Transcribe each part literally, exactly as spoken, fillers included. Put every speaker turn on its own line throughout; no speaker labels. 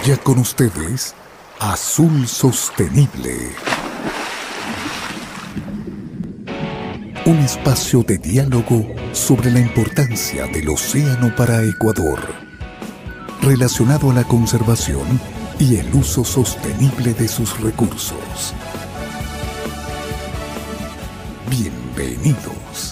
Ya con ustedes, Azul Sostenible. Un espacio de diálogo sobre la importancia del océano para Ecuador, relacionado a la conservación y el uso sostenible de sus recursos. Bienvenidos.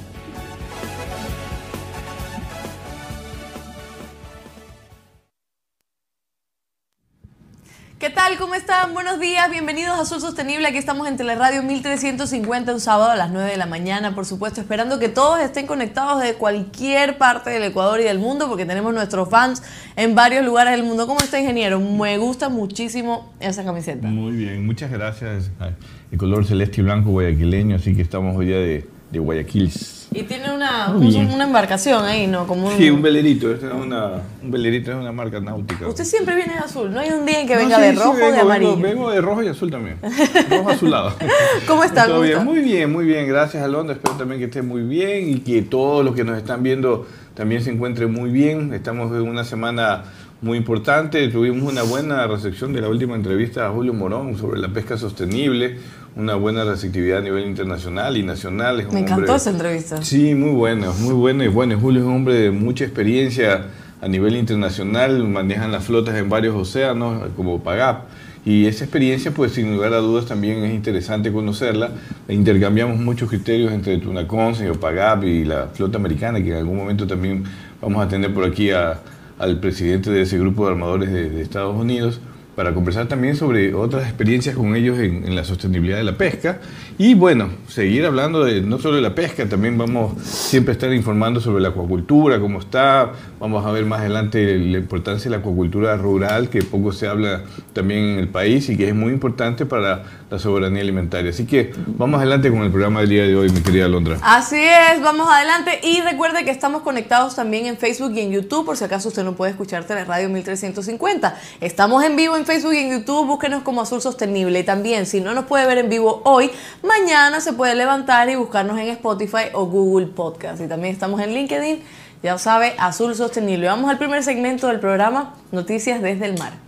¿Qué tal? ¿Cómo están? Buenos días, bienvenidos a Azul Sostenible. Aquí estamos en Teleradio mil trescientos cincuenta, un sábado a las nueve de la mañana, por supuesto, esperando que todos estén conectados de cualquier parte del Ecuador y del mundo, porque tenemos nuestros fans en varios lugares del mundo. ¿Cómo está, ingeniero? Me gusta muchísimo esa camiseta.
Muy bien, muchas gracias. El color celeste y blanco guayaquileño, así que estamos hoy día de, de Guayaquil.
Y tiene una, un, una embarcación ahí, ¿no? Como un...
Sí, un velerito. Es una, un velerito es una marca náutica.
Usted siempre viene de azul. No hay un día en que
no,
venga
sí,
de
sí,
rojo o
vengo,
de amarillo.
Vengo, vengo de rojo y azul también. Rojo azulado.
¿Cómo está?
¿Todo
¿Cómo
bien?
está?
Muy bien, muy bien. Gracias, Alondra. Espero también que esté muy bien y que todos los que nos están viendo también se encuentren muy bien. Estamos en una semana muy importante. Tuvimos una buena recepción de la última entrevista a Julio Morón sobre la pesca sostenible. Una buena receptividad a nivel internacional y nacional. Es un
Me encantó
hombre,
esa entrevista.
Sí, muy buena, muy buena. Y bueno, Julio es un hombre de mucha experiencia a nivel internacional. Manejan las flotas en varios océanos, como Pagap. Y esa experiencia, pues sin lugar a dudas, también es interesante conocerla. Intercambiamos muchos criterios entre Tunaconce, Pagap y la flota americana, que en algún momento también vamos a tener por aquí a, al presidente de ese grupo de armadores de, de Estados Unidos, para conversar también sobre otras experiencias con ellos en, en la sostenibilidad de la pesca. Y bueno, seguir hablando de no solo de la pesca, también vamos siempre a estar informando sobre la acuacultura, cómo está. Vamos a ver más adelante la importancia de la acuacultura rural, que poco se habla también en el país y que es muy importante para la soberanía alimentaria. Así que vamos adelante con el programa del día de hoy, mi querida Alondra.
Así es, vamos adelante. Y recuerde que estamos conectados también en Facebook y en YouTube, por si acaso usted no puede escuchar Teleradio mil trescientos cincuenta. Estamos en vivo en Facebook y en YouTube, búsquenos como Azul Sostenible. Y también, si no nos puede ver en vivo hoy, mañana se puede levantar y buscarnos en Spotify o Google Podcast. Y también estamos en LinkedIn, ya sabe, Azul Sostenible. Vamos al primer segmento del programa, Noticias desde el Mar.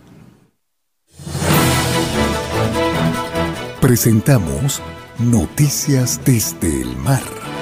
Presentamos Noticias desde el Mar.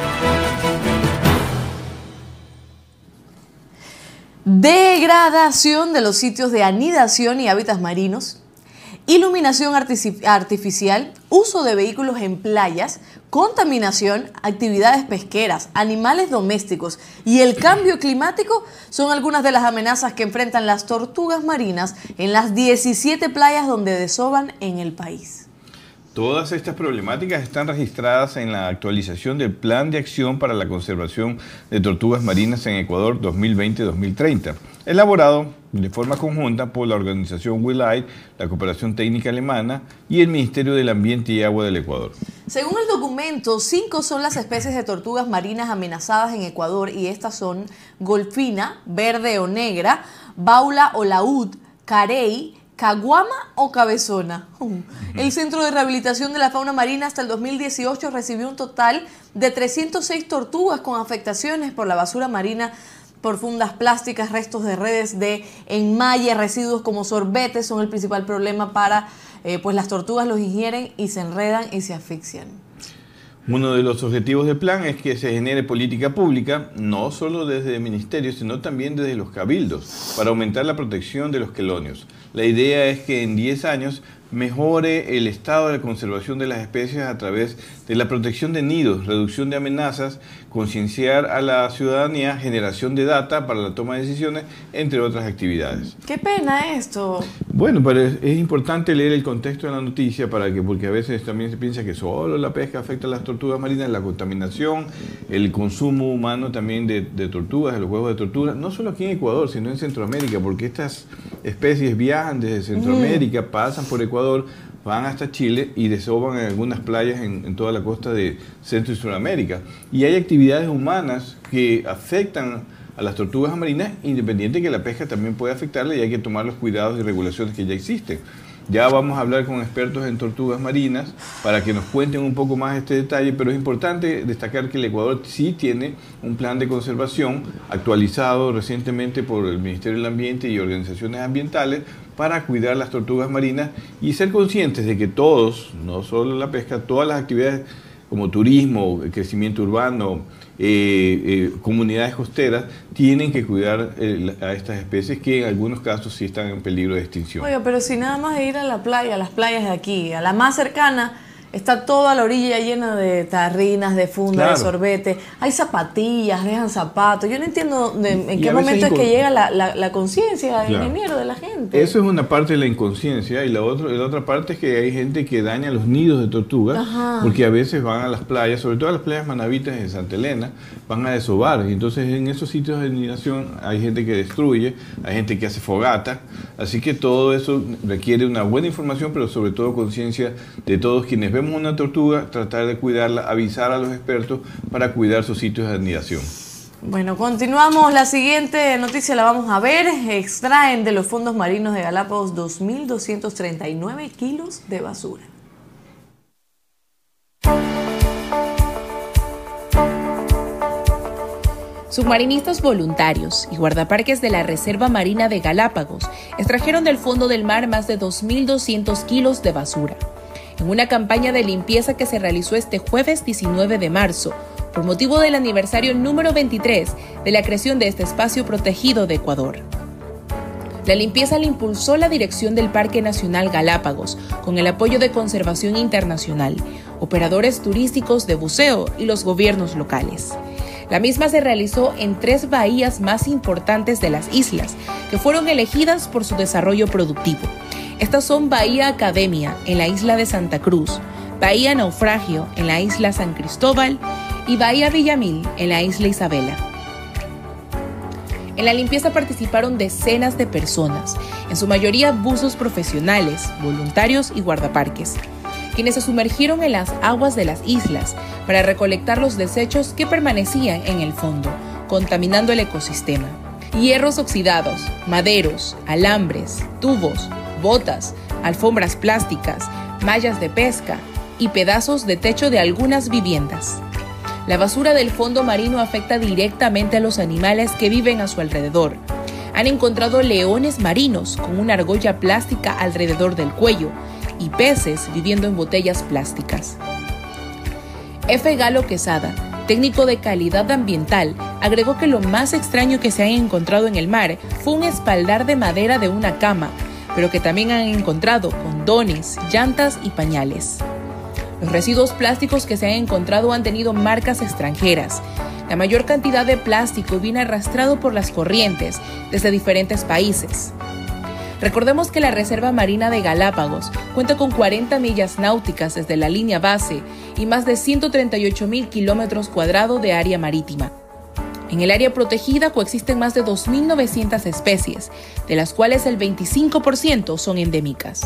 Degradación de los sitios de anidación y hábitats marinos, iluminación artific- artificial, uso de vehículos en playas, contaminación, actividades pesqueras, animales domésticos y el cambio climático son algunas de las amenazas que enfrentan las tortugas marinas en las diecisiete playas donde desovan en el país.
Todas estas problemáticas están registradas en la actualización del Plan de Acción para la Conservación de Tortugas Marinas en Ecuador dos mil veinte a dos mil treinta, elaborado de forma conjunta por la organización WILAID, la Cooperación Técnica Alemana y el Ministerio del Ambiente y Agua del Ecuador.
Según el documento, cinco son las especies de tortugas marinas amenazadas en Ecuador y estas son golfina, verde o negra, baula o laúd, carey, caguama o cabezona. Uh. El Centro de Rehabilitación de la Fauna Marina hasta el dos mil dieciocho recibió un total de trescientas seis tortugas con afectaciones por la basura marina, por fundas plásticas, restos de redes de enmalle, residuos como sorbetes son el principal problema para, eh, pues las tortugas los ingieren y se enredan y se asfixian.
Uno de los objetivos del plan es que se genere política pública, no solo desde el ministerio, sino también desde los cabildos, para aumentar la protección de los quelonios. La idea es que en diez años mejore el estado de conservación de las especies a través de la protección de nidos, reducción de amenazas, concienciar a la ciudadanía, generación de data para la toma de decisiones, entre otras actividades.
¡Qué pena esto!
Bueno, pero es, es importante leer el contexto de la noticia para que, porque a veces también se piensa que solo la pesca afecta a las tortugas marinas, la contaminación, el consumo humano también de, de tortugas, de los huevos de tortuga, no solo aquí en Ecuador, sino en Centroamérica, porque estas especies viajan desde Centroamérica, mm. pasan por Ecuador, van hasta Chile y desovan en algunas playas en, en toda la costa de Centro y Sudamérica. Y hay actividades humanas que afectan a las tortugas marinas, independiente que la pesca también puede afectarle, y hay que tomar los cuidados y regulaciones que ya existen. Ya vamos a hablar con expertos en tortugas marinas para que nos cuenten un poco más este detalle, pero es importante destacar que el Ecuador sí tiene un plan de conservación actualizado recientemente por el Ministerio del Ambiente y organizaciones ambientales para cuidar las tortugas marinas y ser conscientes de que todos, no solo la pesca, todas las actividades como turismo, crecimiento urbano, eh, eh, comunidades costeras, tienen que cuidar eh, a estas especies que en algunos casos sí están en peligro de extinción.
Oiga, pero si nada más de ir a la playa, a las playas de aquí, a la más cercana, está toda la orilla llena de tarrinas, de fundas, claro, de sorbete. Hay zapatillas, dejan zapatos. Yo no entiendo de, en qué momento es que llega la, la, la conciencia, claro, ingeniero, de la gente.
Eso es una parte de la inconsciencia y la otra, la otra parte es que hay gente que daña los nidos de tortugas. Ajá. Porque a veces van a las playas, sobre todo a las playas manavitas en Santa Elena, van a desovar. Y entonces en esos sitios de nidación hay gente que destruye, hay gente que hace fogata. Así que todo eso requiere una buena información, pero sobre todo conciencia de todos quienes vemos una tortuga, tratar de cuidarla, avisar a los expertos para cuidar sus sitios de anidación.
Bueno, continuamos. La siguiente noticia la vamos a ver. Extraen de los fondos marinos de Galápagos dos mil doscientos treinta y nueve kilos de basura.
Submarinistas voluntarios y guardaparques de la Reserva Marina de Galápagos extrajeron del fondo del mar más de dos mil doscientos kilos de basura, en una campaña de limpieza que se realizó este jueves diecinueve de marzo, por motivo del aniversario número veintitrés de la creación de este espacio protegido de Ecuador. La limpieza la impulsó la dirección del Parque Nacional Galápagos, con el apoyo de Conservación Internacional, operadores turísticos de buceo y los gobiernos locales. La misma se realizó en tres bahías más importantes de las islas, que fueron elegidas por su desarrollo productivo. Estas son Bahía Academia, en la isla de Santa Cruz, Bahía Naufragio, en la isla San Cristóbal, y Bahía Villamil, en la isla Isabela. En la limpieza participaron decenas de personas, en su mayoría buzos profesionales, voluntarios y guardaparques, quienes se sumergieron en las aguas de las islas para recolectar los desechos que permanecían en el fondo, contaminando el ecosistema. Hierros oxidados, maderos, alambres, tubos, botas, alfombras plásticas, mallas de pesca y pedazos de techo de algunas viviendas. La basura del fondo marino afecta directamente a los animales que viven a su alrededor. Han encontrado leones marinos con una argolla plástica alrededor del cuello y peces viviendo en botellas plásticas. F. Galo Quesada, técnico de calidad ambiental, agregó que lo más extraño que se han encontrado en el mar fue un espaldar de madera de una cama, pero que también han encontrado condones, llantas y pañales. Los residuos plásticos que se han encontrado han tenido marcas extranjeras. La mayor cantidad de plástico viene arrastrado por las corrientes desde diferentes países. Recordemos que la Reserva Marina de Galápagos cuenta con cuarenta millas náuticas desde la línea base y más de ciento treinta y ocho mil kilómetros cuadrados de área marítima. En el área protegida coexisten más de dos mil novecientas especies, de las cuales el veinticinco por ciento son endémicas.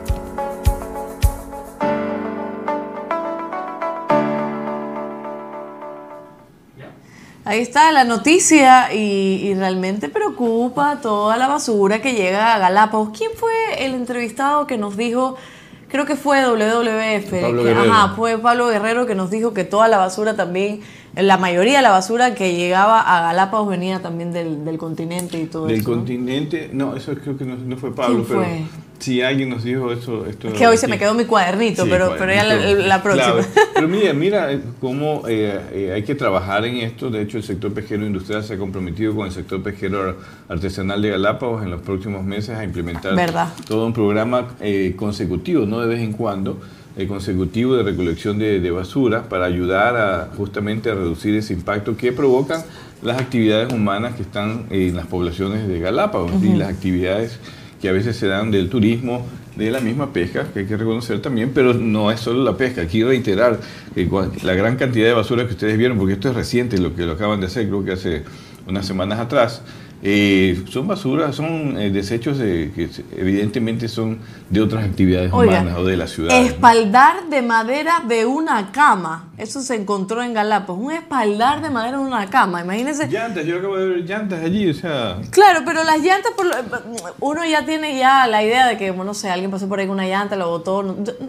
Ahí está la noticia y, y realmente preocupa toda la basura que llega a Galápagos. ¿Quién fue el entrevistado que nos dijo, creo que fue W W F,
Pablo
que,
Guerrero.
Ajá, fue Pablo Guerrero que nos dijo que toda la basura también, la mayoría de la basura que llegaba a Galápagos venía también del, del continente y todo
Del
eso? Del
continente, no, eso creo que no, no fue Pablo,
¿Quién fue?
pero si alguien nos dijo esto... esto
es que hoy
aquí.
se me quedó mi cuadernito,
Sí,
pero, pero ya la, la próxima.
Claro. Pero mira, mira cómo eh, eh, hay que trabajar en esto. De hecho, el sector pesquero industrial se ha comprometido con el sector pesquero artesanal de Galápagos en los próximos meses a implementar
¿verdad?
todo un programa eh, consecutivo, no de vez en cuando, eh, consecutivo de recolección de, de basura para ayudar a justamente a reducir ese impacto que provocan las actividades humanas que están en las poblaciones de Galápagos. Uh-huh. Y las actividades que a veces se dan del turismo, de la misma pesca, que hay que reconocer también, pero no es solo la pesca. Aquí reiterar que la gran cantidad de basura que ustedes vieron, porque esto es reciente, lo que lo acaban de hacer, creo que hace unas semanas atrás, eh, son basuras, son eh, desechos de, que evidentemente son de otras actividades
Oiga,
humanas o de la ciudad.
Espaldar, ¿no?, de madera de una cama. Eso se encontró en Galápagos. Un espaldar de madera de una cama. Imagínense.
Llantas, yo acabo de ver llantas allí, o sea.
Claro, pero las llantas, por lo, uno ya tiene ya la idea de que, bueno, no sé, alguien pasó por ahí con una llanta, lo botó. No,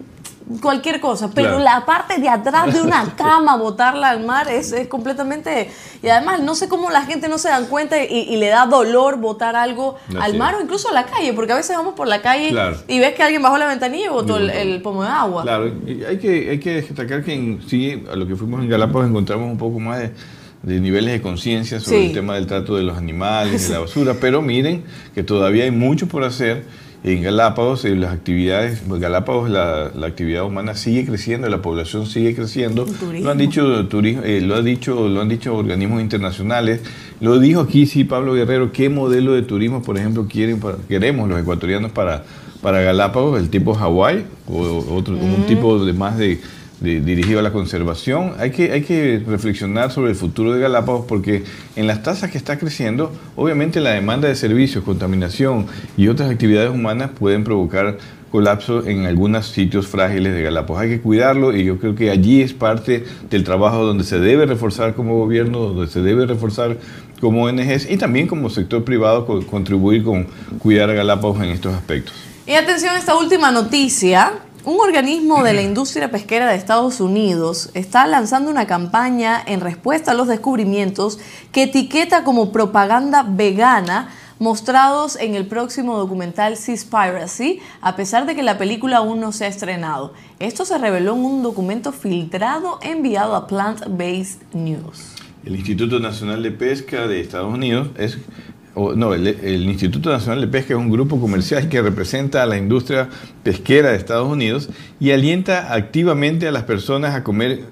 cualquier cosa, pero
claro.
la parte de atrás de una cama, botarla al mar, es, es completamente... Y además, no sé cómo la gente no se dan cuenta y, y le da dolor botar algo
Así
al mar
es.
o incluso a la calle, porque a veces vamos por la calle
Claro.
y ves que alguien bajó la ventanilla y botó el, el pomo de agua.
Claro, y hay que, hay que destacar que en, sí, a lo que fuimos en Galápagos encontramos un poco más de, de niveles de conciencia sobre
Sí.
el tema del trato de los animales, de la basura, pero miren que todavía hay mucho por hacer. En Galápagos, en las actividades, en Galápagos la, la actividad humana sigue creciendo, la población sigue creciendo. Lo han dicho, turismo, eh, lo ha dicho, lo han dicho organismos internacionales. Lo dijo aquí sí Pablo Guerrero. ¿Qué modelo de turismo, por ejemplo, quieren para, queremos los ecuatorianos para, para Galápagos? ¿El tipo Hawái o otro, mm. un tipo de más de De, dirigido a la conservación? Hay que, hay que reflexionar sobre el futuro de Galápagos porque en las tasas que está creciendo, obviamente la demanda de servicios, contaminación y otras actividades humanas pueden provocar colapso en algunos sitios frágiles de Galápagos. Hay que cuidarlo y yo creo que allí es parte del trabajo donde se debe reforzar como gobierno, donde se debe reforzar como O N Ges y también como sector privado con, contribuir con cuidar a Galápagos en estos aspectos.
Y atención a esta última noticia. Un organismo de la industria pesquera de Estados Unidos está lanzando una campaña en respuesta a los descubrimientos que etiqueta como propaganda vegana mostrados en el próximo documental Seaspiracy, a pesar de que la película aún no se ha estrenado. Esto se reveló en un documento filtrado enviado a Plant Based News.
El Instituto Nacional de Pesca de Estados Unidos es... O, no, el, el Instituto Nacional de Pesca es un grupo comercial que representa a la industria pesquera de Estados Unidos y alienta activamente a las personas a comer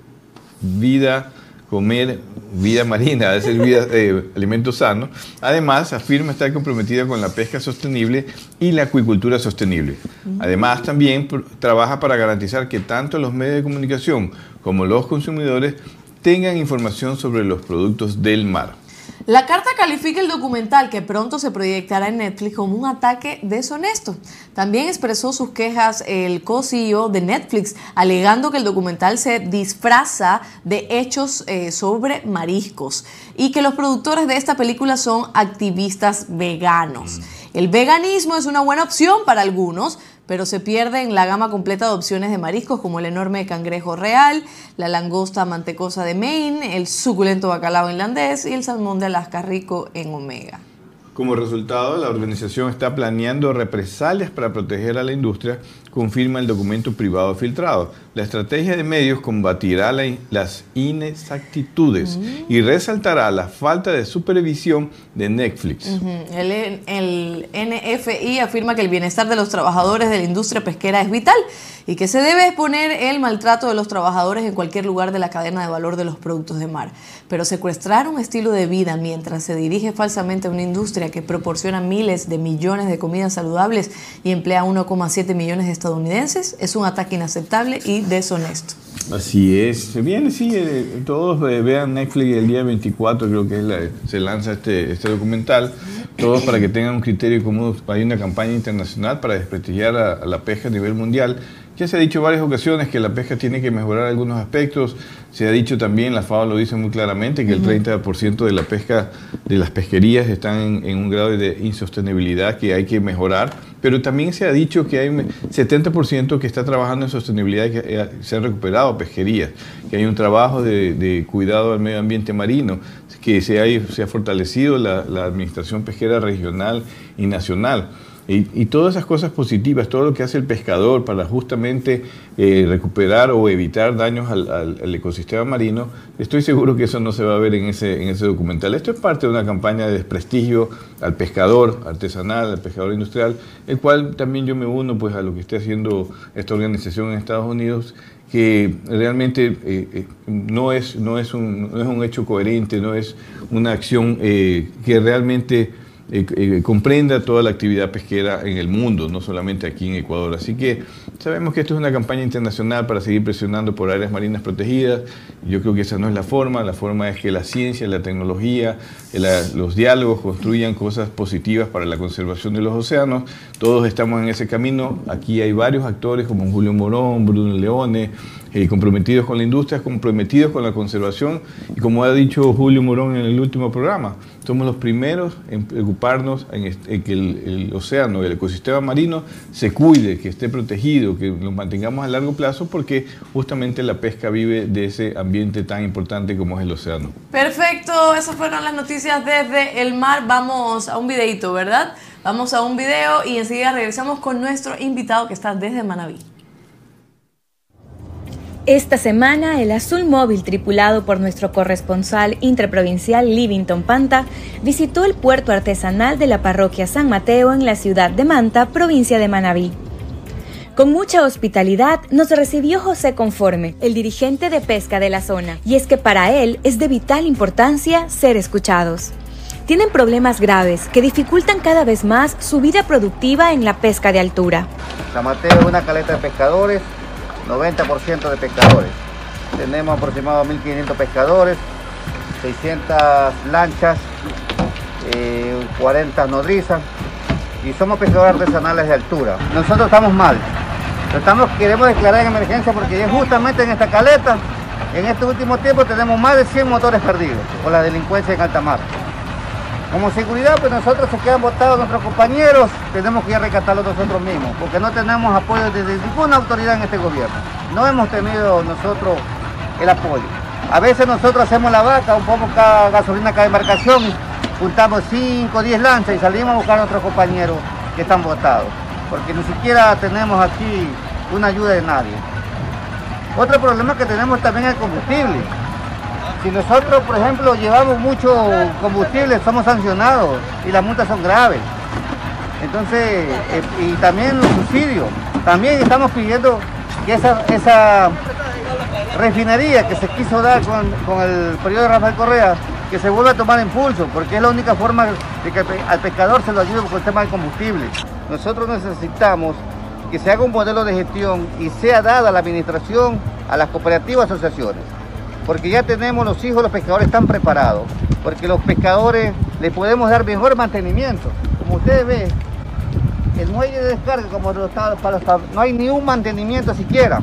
vida, comer vida marina, a decir vida, eh, alimentos sanos. Además, afirma estar comprometida con la pesca sostenible y la acuicultura sostenible. Además, también trabaja para garantizar que tanto los medios de comunicación como los consumidores tengan información sobre los productos del mar.
La carta califica el documental que pronto se proyectará en Netflix como un ataque deshonesto. También expresó sus quejas el co-C E O de Netflix, alegando que el documental se disfraza de hechos eh, sobre mariscos y que los productores de esta película son activistas veganos. El veganismo es una buena opción para algunos, pero se pierde en la gama completa de opciones de mariscos como el enorme cangrejo real, la langosta mantecosa de Maine, el suculento bacalao inlandés y el salmón de Alaska rico en omega.
Como resultado, la organización está planeando represalias para proteger a la industria, confirma el documento privado filtrado. La estrategia de medios combatirá la, las inexactitudes uh-huh. y resaltará la falta de supervisión de Netflix.
Uh-huh. el, el N F I afirma que el bienestar de los trabajadores de la industria pesquera es vital y que se debe exponer el maltrato de los trabajadores en cualquier lugar de la cadena de valor de los productos de mar. Pero secuestrar un estilo de vida mientras se dirige falsamente a una industria que proporciona miles de millones de comidas saludables y emplea a uno coma siete millones de estadounidenses es un ataque inaceptable y deshonesto.
Así es. Bien, sí, eh, todos eh, vean Netflix el día veinticuatro, creo que es la, se lanza este, este documental, todos para que tengan un criterio común. Hay una campaña internacional para desprestigiar a, a la pesca a nivel mundial. Ya se ha dicho en varias ocasiones que la pesca tiene que mejorar algunos aspectos. Se ha dicho también, la FAO lo dice muy claramente, que el treinta por ciento de la pesca, de las pesquerías están en, en un grado de insostenibilidad que hay que mejorar. Pero también se ha dicho que hay un setenta por ciento que está trabajando en sostenibilidad y que se han recuperado pesquerías, que hay un trabajo de, de cuidado al medio ambiente marino, que se ha, se ha fortalecido la, la administración pesquera regional y nacional. Y, y todas esas cosas positivas, todo lo que hace el pescador para justamente eh, recuperar o evitar daños al, al, al ecosistema marino, estoy seguro que eso no se va a ver en ese, en ese documental. Esto es parte de una campaña de desprestigio al pescador artesanal, al pescador industrial, el cual también yo me uno pues, a lo que esté haciendo esta organización en Estados Unidos, que realmente eh, eh, no, es, no, es un, no es un hecho coherente, no es una acción eh, que realmente Eh, eh, comprenda toda la actividad pesquera en el mundo, no solamente aquí en Ecuador. Así que sabemos que esto es una campaña internacional para seguir presionando por áreas marinas protegidas. Yo creo que esa no es la forma. La forma es que la ciencia, la tecnología, la, los diálogos construyan cosas positivas para la conservación de los océanos. Todos estamos en ese camino. Aquí hay varios actores como Julio Morón, Bruno Leone, eh, comprometidos con la industria, comprometidos con la conservación. Y como ha dicho Julio Morón en el último programa, somos los primeros en preocuparnos preocuparnos en, este, en que el, el océano, el ecosistema marino se cuide, que esté protegido, que lo mantengamos a largo plazo, porque justamente la pesca vive de ese ambiente tan importante como es el océano.
Perfecto, esas fueron las noticias desde el mar. Vamos a un videito, ¿verdad? Vamos a un video y enseguida regresamos con nuestro invitado que está desde Manabí.
Esta semana, el Azul Móvil, tripulado por nuestro corresponsal interprovincial Livington Panta, visitó el puerto artesanal de la parroquia San Mateo en la ciudad de Manta, provincia de Manabí. Con mucha hospitalidad nos recibió José Conforme, el dirigente de pesca de la zona, y es que para él es de vital importancia ser escuchados. Tienen problemas graves que dificultan cada vez más su vida productiva en la pesca de altura.
San Mateo es una caleta de pescadores, noventa por ciento de pescadores. Tenemos aproximadamente mil quinientos pescadores, seiscientas lanchas, eh, cuarenta nodrizas, y somos pescadores artesanales de altura. Nosotros estamos mal, estamos, queremos declarar en emergencia porque justamente en esta caleta, en este último tiempo tenemos más de cien motores perdidos por la delincuencia en alta mar. Como seguridad, pues nosotros se quedan botados nuestros compañeros, tenemos que ir a rescatarlos nosotros mismos, porque no tenemos apoyo de ninguna autoridad en este gobierno. No hemos tenido nosotros el apoyo. A veces nosotros hacemos la vaca, un poco cada gasolina, cada embarcación, juntamos cinco, diez lanchas y salimos a buscar a nuestros compañeros que están botados, porque ni siquiera tenemos aquí una ayuda de nadie. Otro problema que tenemos también es el combustible. Si nosotros, por ejemplo, llevamos mucho combustible, somos sancionados y las multas son graves. Entonces, eh, y también los subsidios. También estamos pidiendo que esa, esa refinería que se quiso dar con, con el periodo de Rafael Correa, que se vuelva a tomar impulso, porque es la única forma de que al pescador se lo ayude con el tema del combustible. Nosotros necesitamos que se haga un modelo de gestión y sea dada a la administración, a las cooperativas, asociaciones. Porque ya tenemos los hijos, los pescadores están preparados, porque los pescadores les podemos dar mejor mantenimiento. Como ustedes ven, el muelle de descarga, como los, para los, no hay ni un mantenimiento siquiera.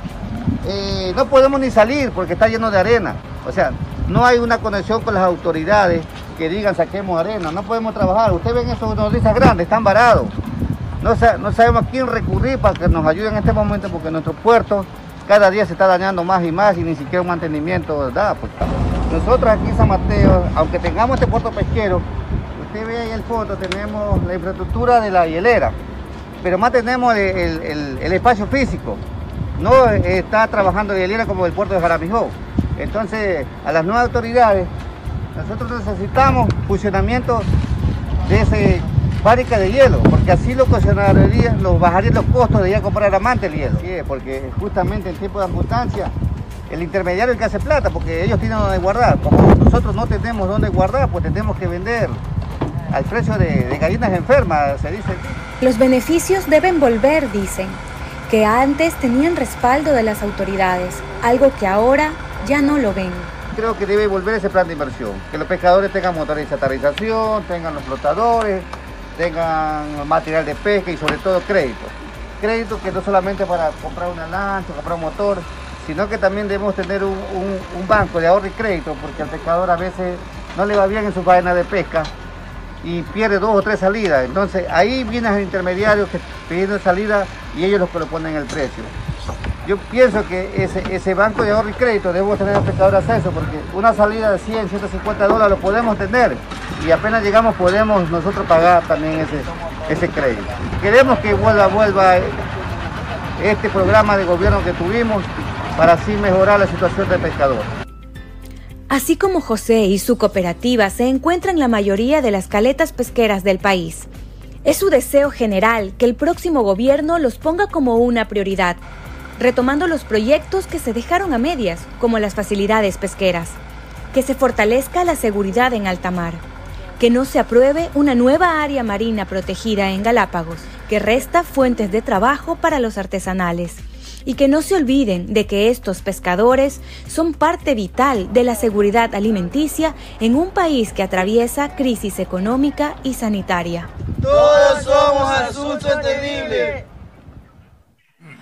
Eh, no podemos ni salir porque está lleno de arena. O sea, no hay una conexión con las autoridades que digan saquemos arena, no podemos trabajar. Ustedes ven esos nodrizas grandes, están varados. No, no sabemos a quién recurrir para que nos ayuden en este momento, porque nuestro puerto cada día se está dañando más y más y ni siquiera un mantenimiento, ¿verdad? Pues, nosotros aquí en San Mateo, aunque tengamos este puerto pesquero, usted ve ahí el fondo, tenemos la infraestructura de la hielera, pero más tenemos el, el, el, el espacio físico. No está trabajando la hielera como el puerto de Jaramijó. Entonces, a las nuevas autoridades, nosotros necesitamos funcionamiento de ese fábrica de hielo, porque así lo ocasionaría, lo bajaría los costos de ir a comprar amante el hielo. Sí, porque justamente en tiempo de abundancia, el intermediario es el que hace plata, porque ellos tienen donde guardar. Como nosotros no tenemos donde guardar, pues tenemos que vender al precio de, de gallinas enfermas, se dice.
Los beneficios deben volver, dicen, que antes tenían respaldo de las autoridades, algo que ahora ya no lo ven.
Creo que debe volver ese plan de inversión, que los pescadores tengan motores de aterrización, tengan los flotadores, tengan material de pesca y sobre todo crédito. Crédito que no solamente para comprar una lancha, comprar un motor, sino que también debemos tener un, un, un banco de ahorro y crédito, porque al pescador a veces no le va bien en su faena de pesca y pierde dos o tres salidas. Entonces ahí vienen los intermediarios que pidiendo salida y ellos los que lo ponen el precio. Yo pienso que ese, ese banco de ahorro y crédito debemos tener al pescador acceso, porque una salida de cien, ciento cincuenta dólares lo podemos tener y apenas llegamos podemos nosotros pagar también ese, ese crédito. Queremos que vuelva, vuelva este programa de gobierno que tuvimos para así mejorar la situación del pescador.
Así como José y su cooperativa se encuentran en la mayoría de las caletas pesqueras del país. Es su deseo general que el próximo gobierno los ponga como una prioridad, retomando los proyectos que se dejaron a medias, como las facilidades pesqueras, que se fortalezca la seguridad en alta mar, que no se apruebe una nueva área marina protegida en Galápagos, que resta fuentes de trabajo para los artesanales, y que no se olviden de que estos pescadores son parte vital de la seguridad alimenticia en un país que atraviesa crisis económica y sanitaria.
Todos somos Azul Sostenible.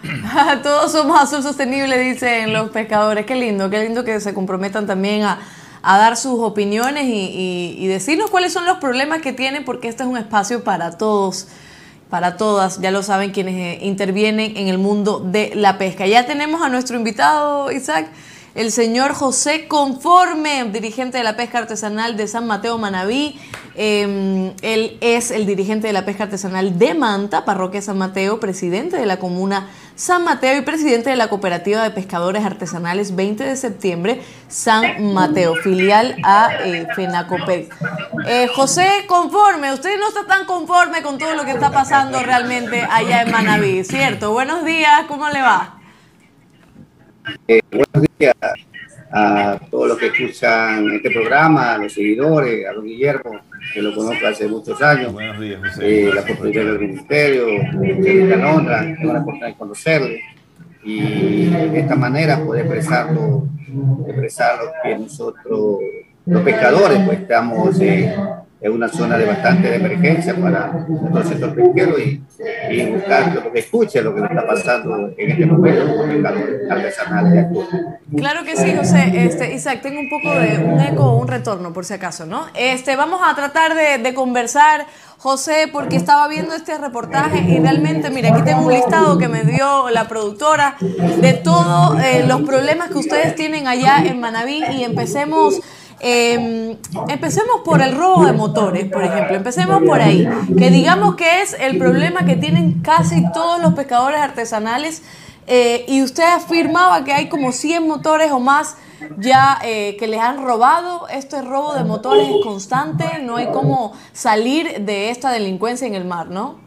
Todos somos Azul Sostenible, dicen los pescadores. Qué lindo, qué lindo que se comprometan también a, a dar sus opiniones y, y, y decirnos cuáles son los problemas que tienen, porque este es un espacio para todos, para todas, ya lo saben quienes eh, intervienen en el mundo de la pesca. Ya tenemos a nuestro invitado, Isaac, el señor José Conforme, dirigente de la pesca artesanal de San Mateo Manabí. Eh, él es el dirigente de la pesca artesanal de Manta, parroquia San Mateo, presidente de la comuna San Mateo y presidente de la cooperativa de pescadores artesanales veinte de septiembre San Mateo, filial a eh, FENACOPED. Eh, José Conforme, usted no está tan conforme con todo lo que está pasando realmente allá en Manabí, ¿cierto? Buenos días, ¿cómo le va?
Eh, buenos días a todos los que escuchan este programa, a los seguidores, a don Guillermo, que lo conozco hace muchos años.
Buenos días, José.
Eh, la oportunidad del Ministerio, de Londra, tengo la oportunidad de conocerle y de esta manera poder expresarlo, expresar lo que nosotros, los pescadores, pues estamos eh, en una zona de bastante emergencia para todo el sector pesquero y, y buscar lo que escuche lo que nos está pasando en este momento con los pescadores artesanales de aquí.
Claro que sí, José. Este, Isaac, tengo un poco de un eco o un retorno, por si acaso, ¿no? Este, vamos a tratar de, de conversar, José, porque estaba viendo este reportaje y realmente, mira, aquí tengo un listado que me dio la productora de todos eh, los problemas que ustedes tienen allá en Manabí y empecemos... Eh, empecemos por el robo de motores, por ejemplo, empecemos por ahí, que digamos que es el problema que tienen casi todos los pescadores artesanales, eh, y usted afirmaba que hay como cien motores o más ya eh, que les han robado. Este robo de motores es constante, no hay cómo salir de esta delincuencia en el mar, ¿no?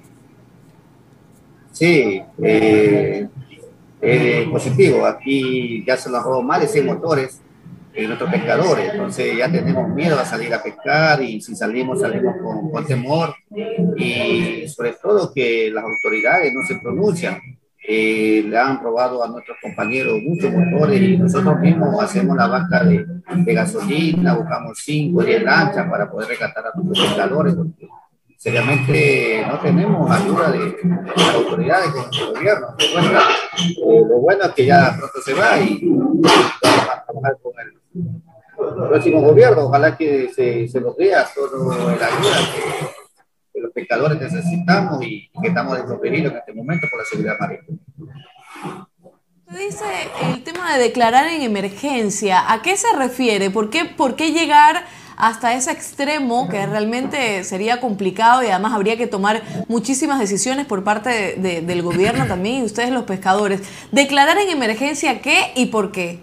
Sí, eh, eh, positivo, aquí ya se nos robó más de cien motores en nuestros pescadores, entonces ya tenemos miedo a salir a pescar y si salimos, salimos con, con temor y sobre todo que las autoridades no se pronuncian. Eh, le han robado a nuestros compañeros muchos motores y nosotros mismos hacemos la vaca de, de gasolina, buscamos cinco o diez lanchas para poder rescatar a nuestros pescadores, porque seriamente no tenemos ayuda de, de las autoridades con el gobierno. Bueno, eh, lo bueno es que ya pronto se va y vamos a trabajar con el próximo gobierno. Ojalá que se, se nos dé toda la ayuda que, que los pescadores necesitamos y que estamos desprotegidos en este momento por la seguridad marítima.
Usted dice el tema de declarar en emergencia. ¿A qué se refiere? ¿Por qué, por qué llegar hasta ese extremo que realmente sería complicado y además habría que tomar muchísimas decisiones por parte de, de, del gobierno también y ustedes los pescadores? ¿Declarar en emergencia qué y por qué?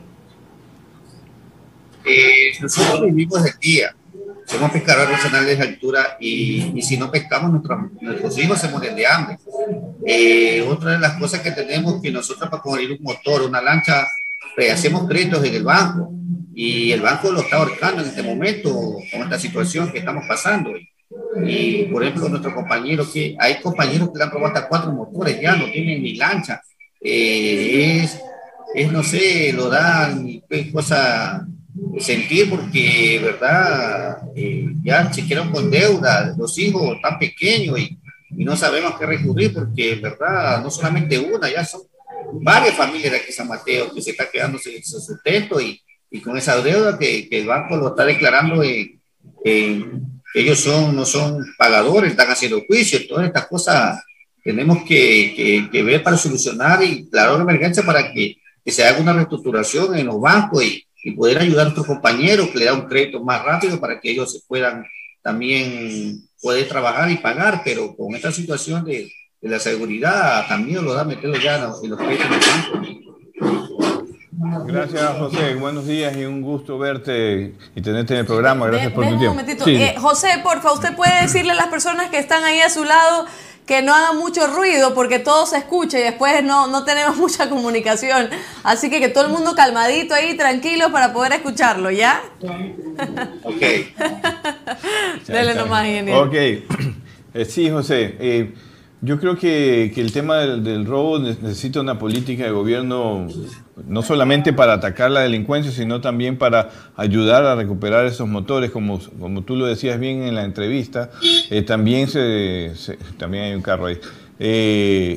Eh, nosotros vivimos el día, somos pescadores artesanales de altura y, y si no pescamos nuestros, nuestros hijos se mueren de hambre. Eh, otra de las cosas que tenemos que nosotros para conseguir un motor, una lancha, pues, hacemos créditos en el banco y el banco lo está ahorcando en este momento con esta situación que estamos pasando. Y por ejemplo nuestros compañeros, que hay compañeros que le han robado hasta cuatro motores, ya no tienen ni lancha. Eh, es, es, no sé, lo dan, es cosa sentir porque, verdad, eh, ya se quedaron con deuda, los hijos tan pequeños y, y no sabemos a qué recurrir porque, verdad, no solamente una, ya son varias familias de aquí San Mateo que se está quedando sin su sustento y, y con esa deuda que, que el banco lo está declarando en, en que ellos son, no son pagadores, están haciendo juicios, todas estas cosas tenemos que, que, que ver para solucionar y claro, una emergencia para que, que se haga una reestructuración en los bancos y y poder ayudar a nuestros compañeros que le da un crédito más rápido para que ellos se puedan también poder trabajar y pagar, pero con esta situación de, de la seguridad también lo da meterlo ya en los, en los créditos del banco.
Gracias, José. Buenos días y un gusto verte y tenerte en el programa. Gracias por tu
un
tiempo.
momentito.
Sí.
Eh, José, porfa, usted puede decirle a las personas que están ahí a su lado que no hagan mucho ruido porque todo se escucha y después no, no tenemos mucha comunicación. Así que que todo el mundo calmadito ahí, tranquilo para poder escucharlo, ¿ya?
Ok.
Dele nomás, ingeniero.
Ok. Eh, sí, José. Eh, yo creo que, que el tema del, del robo necesita una política de gobierno no solamente para atacar la delincuencia, sino también para ayudar a recuperar esos motores, como, como tú lo decías bien en la entrevista. Eh, también, se, se, también hay un carro ahí. Eh,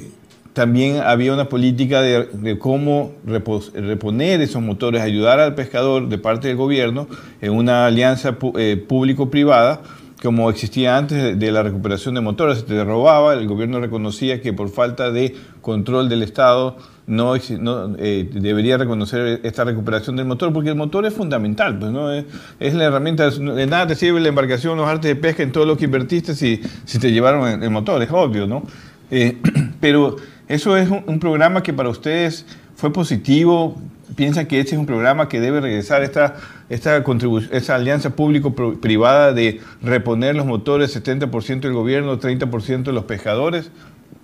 también había una política de, de cómo repos, reponer esos motores, ayudar al pescador de parte del gobierno en una alianza eh, público-privada, como existía antes de, de la recuperación de motores. Se te robaba, el gobierno reconocía que por falta de control del Estado no, no eh, debería reconocer esta recuperación del motor, porque el motor es fundamental, pues, ¿no? Es, es la herramienta, de nada te sirve la embarcación, los artes de pesca en todo lo que invertiste si, si te llevaron el, el motor, es obvio, ¿no? Eh, pero eso es un, un programa que para ustedes fue positivo. ¿Piensan que este es un programa que debe regresar esta, esta, esta alianza público-privada de reponer los motores, setenta por ciento del gobierno, treinta por ciento de los pescadores?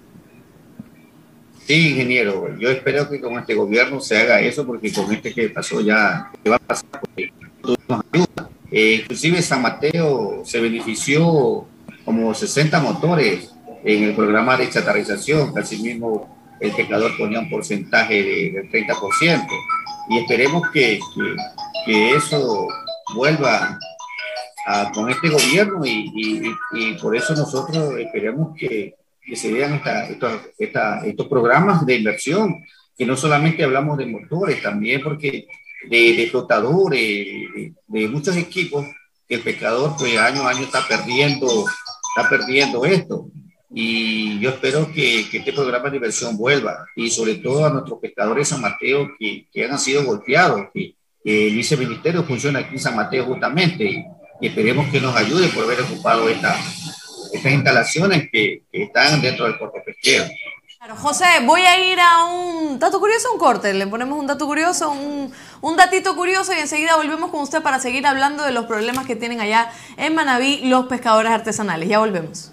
Sí, ingeniero, yo espero que con este gobierno se haga eso, porque con este que pasó ya, que va a pasar, porque nos ayuda. Eh, inclusive San Mateo se benefició como sesenta motores en el programa de chatarrización, que así mismo el pescador ponía un porcentaje de, del treinta por ciento, y esperemos que, que, que eso vuelva a, con este gobierno, y, y, y por eso nosotros esperamos que, que se vean esta, esta, esta, estos programas de inversión, que no solamente hablamos de motores, también porque de, de flotadores, de, de muchos equipos, que el pescador pues año a año está perdiendo, está perdiendo esto. Y yo espero que, que este programa de inversión vuelva, y sobre todo a nuestros pescadores de San Mateo que, que han sido golpeados, que, que el viceministerio funciona aquí en San Mateo justamente, y, y esperemos que nos ayude por haber ocupado esta, estas instalaciones que, que están dentro del puerto pesquero.
Claro, José, voy a ir a un dato curioso, un corte, le ponemos un dato curioso, un, un datito curioso, y enseguida volvemos con usted para seguir hablando de los problemas que tienen allá en Manabí los pescadores artesanales. Ya volvemos.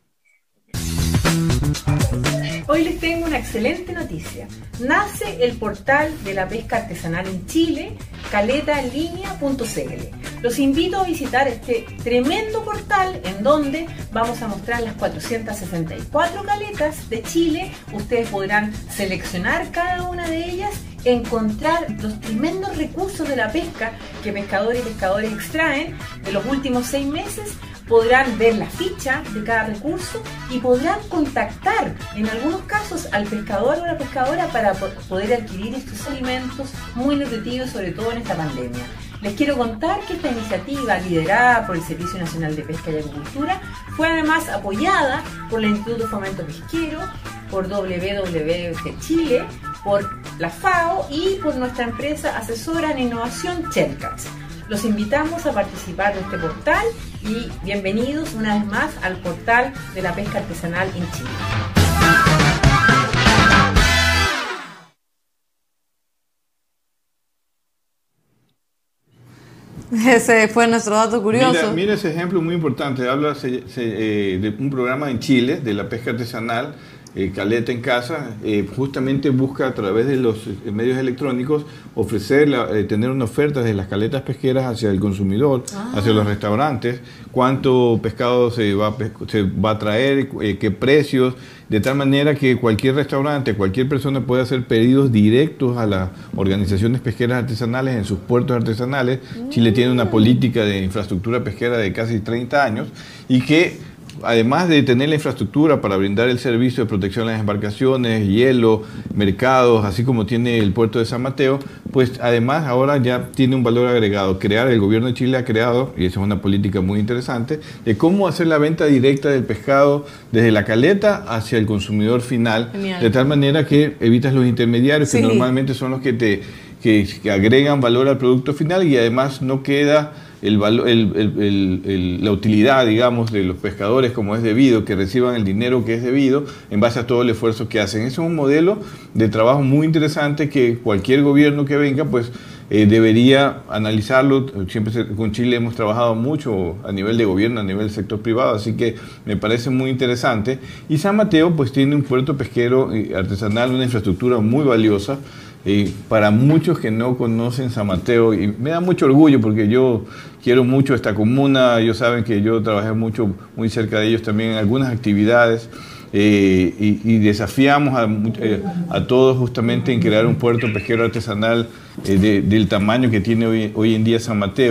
Hoy les tengo una excelente noticia. Nace el portal de la pesca artesanal en Chile, caleta en línea punto c l. Los invito a visitar este tremendo portal en donde vamos a mostrar las cuatrocientas sesenta y cuatro caletas de Chile. Ustedes podrán seleccionar cada una de ellas, encontrar los tremendos recursos de la pesca que pescadores y pescadores extraen de los últimos seis meses. Podrán ver la ficha de cada recurso y podrán contactar en algunos casos al pescador o la pescadora para poder adquirir estos alimentos muy nutritivos, sobre todo en esta pandemia. Les quiero contar que esta iniciativa, liderada por el Servicio Nacional de Pesca y Agricultura, fue además apoyada por el Instituto Fomento Pesquero, por W W F Chile, por la FAO y por nuestra empresa asesora en innovación Chelcats. Los invitamos a participar de este portal y bienvenidos una vez más al portal de la pesca artesanal en Chile.
Ese fue nuestro dato curioso.
Mira, mira ese ejemplo muy importante. Habla se, se, eh, de un programa en Chile de la pesca artesanal, eh, Caleta en Casa. Eh, justamente busca a través de los medios electrónicos ofrecer, la, eh, tener una oferta de las caletas pesqueras hacia el consumidor, ah. hacia los restaurantes, cuánto pescado se va, se va a traer, eh, qué precios, de tal manera que cualquier restaurante, cualquier persona puede hacer pedidos directos a las organizaciones pesqueras artesanales en sus puertos artesanales. Mm. Chile tiene una política de infraestructura pesquera de casi treinta años, y que además de tener la infraestructura para brindar el servicio de protección a las embarcaciones, hielo, mercados, así como tiene el puerto de San Mateo, pues además ahora ya tiene un valor agregado. Crear, el gobierno de Chile ha creado, y esa es una política muy interesante, de cómo hacer la venta directa del pescado desde la caleta hacia el consumidor final. Genial. De tal manera que evitas los intermediarios, sí, que normalmente son los que te que, que agregan valor al producto final, y además no queda El, el, el, el, el, la utilidad, digamos, de los pescadores como es debido, que reciban el dinero que es debido en base a todo el esfuerzo que hacen. Ese es un modelo de trabajo muy interesante que cualquier gobierno que venga, pues, eh, debería analizarlo. Siempre se, con Chile hemos trabajado mucho a nivel de gobierno, a nivel del sector privado, así que me parece muy interesante. Y San Mateo, pues, tiene un puerto pesquero artesanal, una infraestructura muy valiosa. Y para muchos que no conocen San Mateo, y me da mucho orgullo porque yo quiero mucho esta comuna, ellos saben que yo trabajé mucho, muy cerca de ellos también en algunas actividades, eh, y, y desafiamos a, eh, a todos justamente en crear un puerto pesquero artesanal eh, de, del tamaño que tiene hoy, hoy en día San Mateo.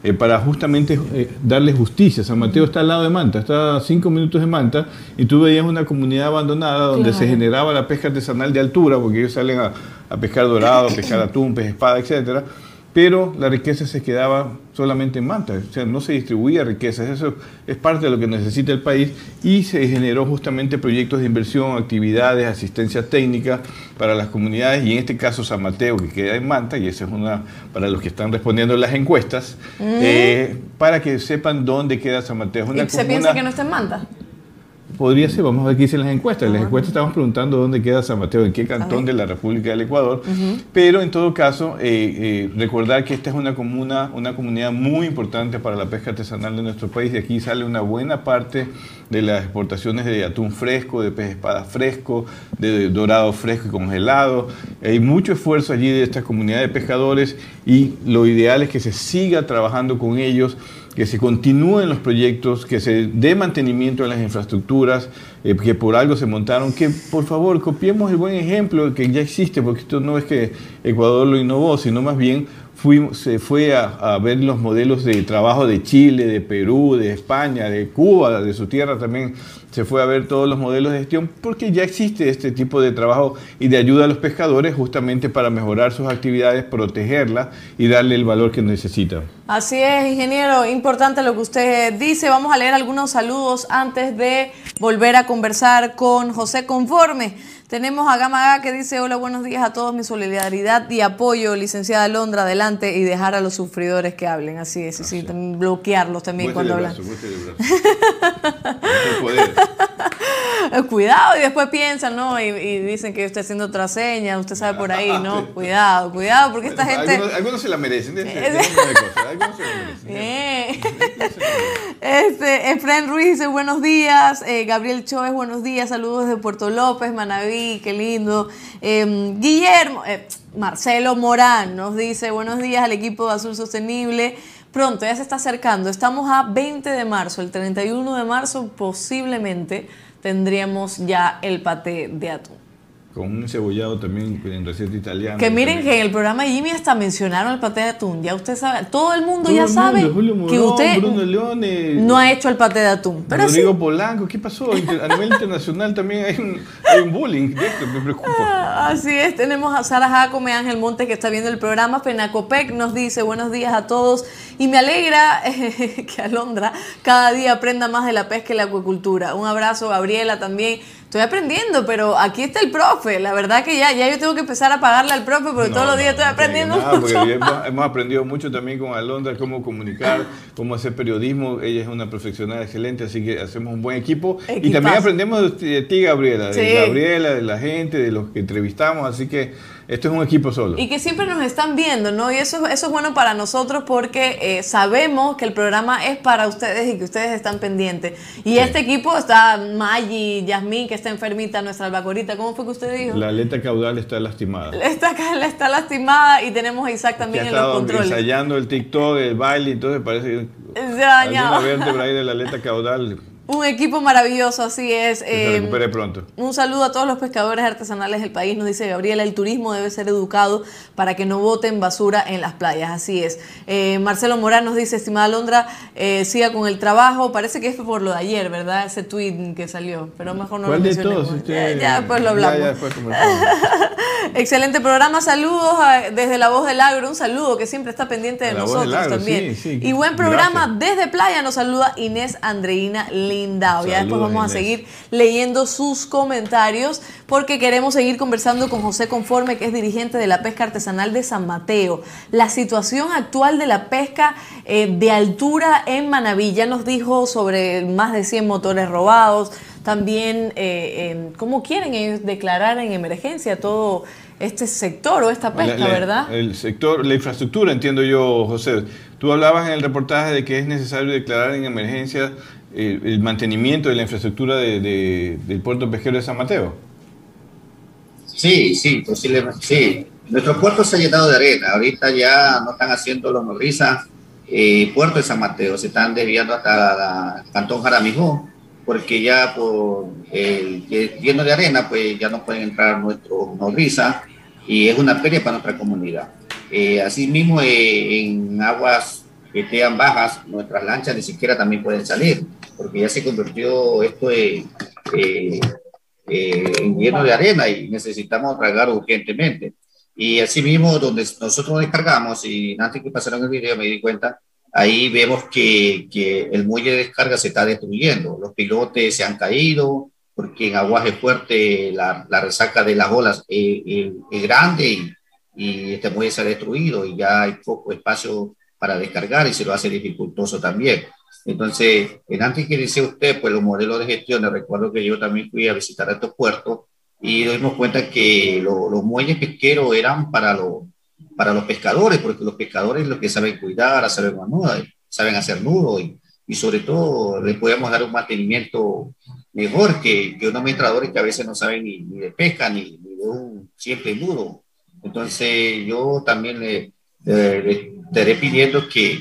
eh, para justamente eh, darle justicia. San Mateo está al lado de Manta, está a cinco minutos de Manta, y tú veías una comunidad abandonada donde claro. se generaba la pesca artesanal de altura, porque ellos salen a, a pescar dorado, a pescar atún, pez espada, etcétera. Pero la riqueza se quedaba solamente en Manta, o sea, no se distribuía riqueza. Eso es parte de lo que necesita el país, y se generó justamente proyectos de inversión, actividades, asistencia técnica para las comunidades, y en este caso San Mateo, que queda en Manta, y esa es una para los que están respondiendo las encuestas, mm. eh, para que sepan dónde queda San Mateo. Es una
¿Y se
comuna,
piensa que no está en Manta?
Podría ser, vamos a ver qué dicen las encuestas. En las encuestas estamos preguntando dónde queda San Mateo, en qué cantón de la República del Ecuador. Uh-huh. Pero en todo caso, eh, eh, recordar que esta es una comuna, una comunidad muy importante para la pesca artesanal de nuestro país. De aquí sale una buena parte de las exportaciones de atún fresco, de pez espada fresco, de dorado fresco y congelado. Hay mucho esfuerzo allí de esta comunidad de pescadores, y lo ideal es que se siga trabajando con ellos, que se continúen los proyectos, que se dé mantenimiento a las infraestructuras, eh, que por algo se montaron, que por favor copiemos el buen ejemplo que ya existe, porque esto no es que Ecuador lo innovó, sino más bien fuimos, se fue a, a ver los modelos de trabajo de Chile, de Perú, de España, de Cuba, de su tierra también. Se fue a ver todos los modelos de gestión, porque ya existe este tipo de trabajo y de ayuda a los pescadores justamente para mejorar sus actividades, protegerlas y darle el valor que necesitan.
Así es, ingeniero, importante lo que usted dice. Vamos a leer algunos saludos antes de volver a conversar con José Conforme. Tenemos a Gamaga que dice: hola, buenos días a todos, mi solidaridad y apoyo, licenciada Alondra, adelante, y dejar a los sufridores que hablen. Así es, sí, también bloquearlos también cuando hablan. Cuidado, y después piensan, ¿no? Y, y dicen que usted haciendo otra seña, usted sabe por ahí, ¿no? Cuidado, cuidado, porque esta gente...
Algunos, algunos se la merecen, de, de, de, de cosas, algunos se la merecen.
Bien. Este, Efraín Ruiz dice: buenos días. eh, Gabriel Choes, buenos días, saludos desde Puerto López, Manaví, qué lindo. Eh, Guillermo, eh, Marcelo Morán nos dice: buenos días al equipo de Azul Sostenible. Pronto, ya se está acercando, estamos a veinte de marzo, el treinta y uno de marzo posiblemente tendríamos ya el paté de atún.
Con un cebollado también en receta italiana.
Que miren también, que en el programa Jimmy hasta mencionaron el paté de atún. Ya usted sabe, todo el mundo todo ya el mundo, sabe Morón, que usted
Bruno Leone,
no ha hecho el paté de atún. Pero
Rodrigo
sí.
Polanco, ¿qué pasó? A nivel internacional también hay un, hay un bullying de esto, me preocupa.
Ah, así es, tenemos a Sara Jacome, Ángel Montes que está viendo el programa. Penacopec nos dice: buenos días a todos, y me alegra eh, que Alondra cada día aprenda más de la pesca y la acuicultura. Un abrazo, Gabriela, también. Estoy aprendiendo, pero aquí está el profe. La verdad que ya, ya yo tengo que empezar a pagarle al profe, porque no, todos los días no, estoy aprendiendo
nada,
mucho.
Porque hemos, hemos aprendido mucho también con Alondra, cómo comunicar, cómo hacer periodismo. Ella es una profesional excelente, así que hacemos un buen equipo. Equipazo. Y también aprendemos de ti, Gabriela, de sí. Gabriela, de la gente, de los que entrevistamos, así que esto es un equipo solo.
Y que siempre nos están viendo, ¿no? Y eso, eso es bueno para nosotros, porque eh, sabemos que el programa es para ustedes y que ustedes están pendientes. Y sí. este equipo está Maggi, Yasmín, que está enfermita, nuestra albacorita. ¿Cómo fue que usted dijo?
La aleta caudal está lastimada.
Está, está lastimada, y tenemos a Isaac también en los controles.
Ensayando el TikTok, el baile, entonces parece que
se ha dañado.
Alguna vértebra ahí de la aleta caudal.
Un equipo maravilloso, así es.
Que se recupere pronto.
Un saludo a todos los pescadores artesanales del país, nos dice Gabriela. El turismo debe ser educado para que no boten basura en las playas, así es. Eh, Marcelo Morán nos dice: estimada Alondra, eh, siga con el trabajo. Parece que es por lo de ayer, ¿verdad? Ese tweet que salió, pero mejor no lo mencionemos.
Usted...
Ya, ya después lo hablamos.
Ya, ya después
Excelente programa, saludos a, desde La Voz del Agro, un saludo que siempre está pendiente de
la
nosotros
Voz del Agro,
también.
Sí, sí.
Y buen programa.
Gracias.
Desde Playa nos saluda Inés Andreina Lindao. Ya después vamos a seguir leyendo sus comentarios, porque queremos seguir conversando con José Conforme, que es dirigente de la pesca artesanal de San Mateo. La situación actual de la pesca eh, de altura en Manaví. Ya nos dijo sobre más de cien motores robados. También eh, eh, cómo quieren ellos declarar en emergencia todo este sector o esta pesca,
la, la,
¿verdad?
El sector, la infraestructura, entiendo yo, José. Tú hablabas en el reportaje de que es necesario declarar en emergencia eh, el mantenimiento de la infraestructura de, de, del puerto pesquero de San Mateo.
Sí, sí, posiblemente, sí. Nuestro puerto se ha llenado de arena. Ahorita ya no están haciendo los nodrizas, eh, puerto de San Mateo. Se están desviando hasta el Cantón Jaramillo, porque ya por el lleno de arena, pues ya no pueden entrar nuestros nodrizas, y es una pérdida para nuestra comunidad. Eh, asimismo, eh, en aguas que estén bajas, nuestras lanchas ni siquiera también pueden salir, porque ya se convirtió esto en, eh, eh, en lleno de arena y necesitamos tragar urgentemente. Y así mismo, donde nosotros descargamos, y antes que pasaron el video me di cuenta, ahí vemos que, que el muelle de descarga se está destruyendo, los pilotes se han caído, porque en aguaje fuerte la, la resaca de las olas es, es, es grande y, y este muelle se ha destruido y ya hay poco espacio para descargar y se lo hace dificultoso también. Entonces, en antes que dice usted, pues los modelos de gestión, recuerdo que yo también fui a visitar estos puertos y nos dimos cuenta que lo, los muelles pesqueros eran para, lo, para los pescadores, porque los pescadores lo que saben cuidar, saben manual, saben hacer nudos y, y sobre todo les podemos dar un mantenimiento mejor que, que unos administradores que a veces no saben ni, ni de pesca ni, ni de un simple nudo. Entonces yo también le, le, le estaré pidiendo que,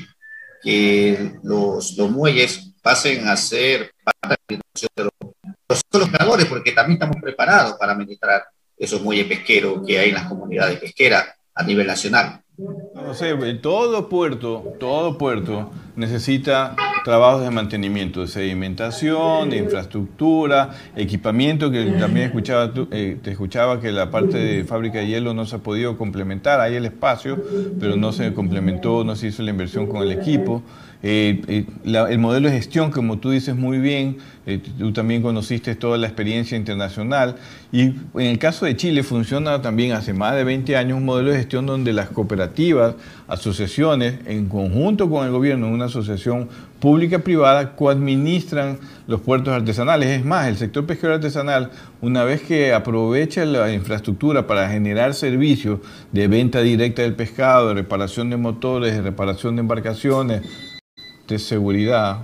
que los, los muelles pasen a ser parte de los, los pescadores, porque también estamos preparados para administrar esos muelles pesqueros que hay en las comunidades pesqueras a nivel nacional.
No sé, todo puerto, todo puerto necesita trabajos de mantenimiento, de sedimentación, de infraestructura, equipamiento, que también escuchaba, eh, te escuchaba que la parte de fábrica de hielo no se ha podido complementar, hay el espacio, pero no se complementó, no se hizo la inversión con el equipo. Eh, eh, la, el modelo de gestión, como tú dices muy bien, eh, tú también conociste toda la experiencia internacional y en el caso de Chile funciona también hace más de veinte años un modelo de gestión donde las cooperativas, asociaciones, en conjunto con el gobierno, en una asociación pública-privada, coadministran los puertos artesanales. Es más, el sector pesquero artesanal, una vez que aprovecha la infraestructura para generar servicios de venta directa del pescado, de reparación de motores, de reparación de embarcaciones, de seguridad,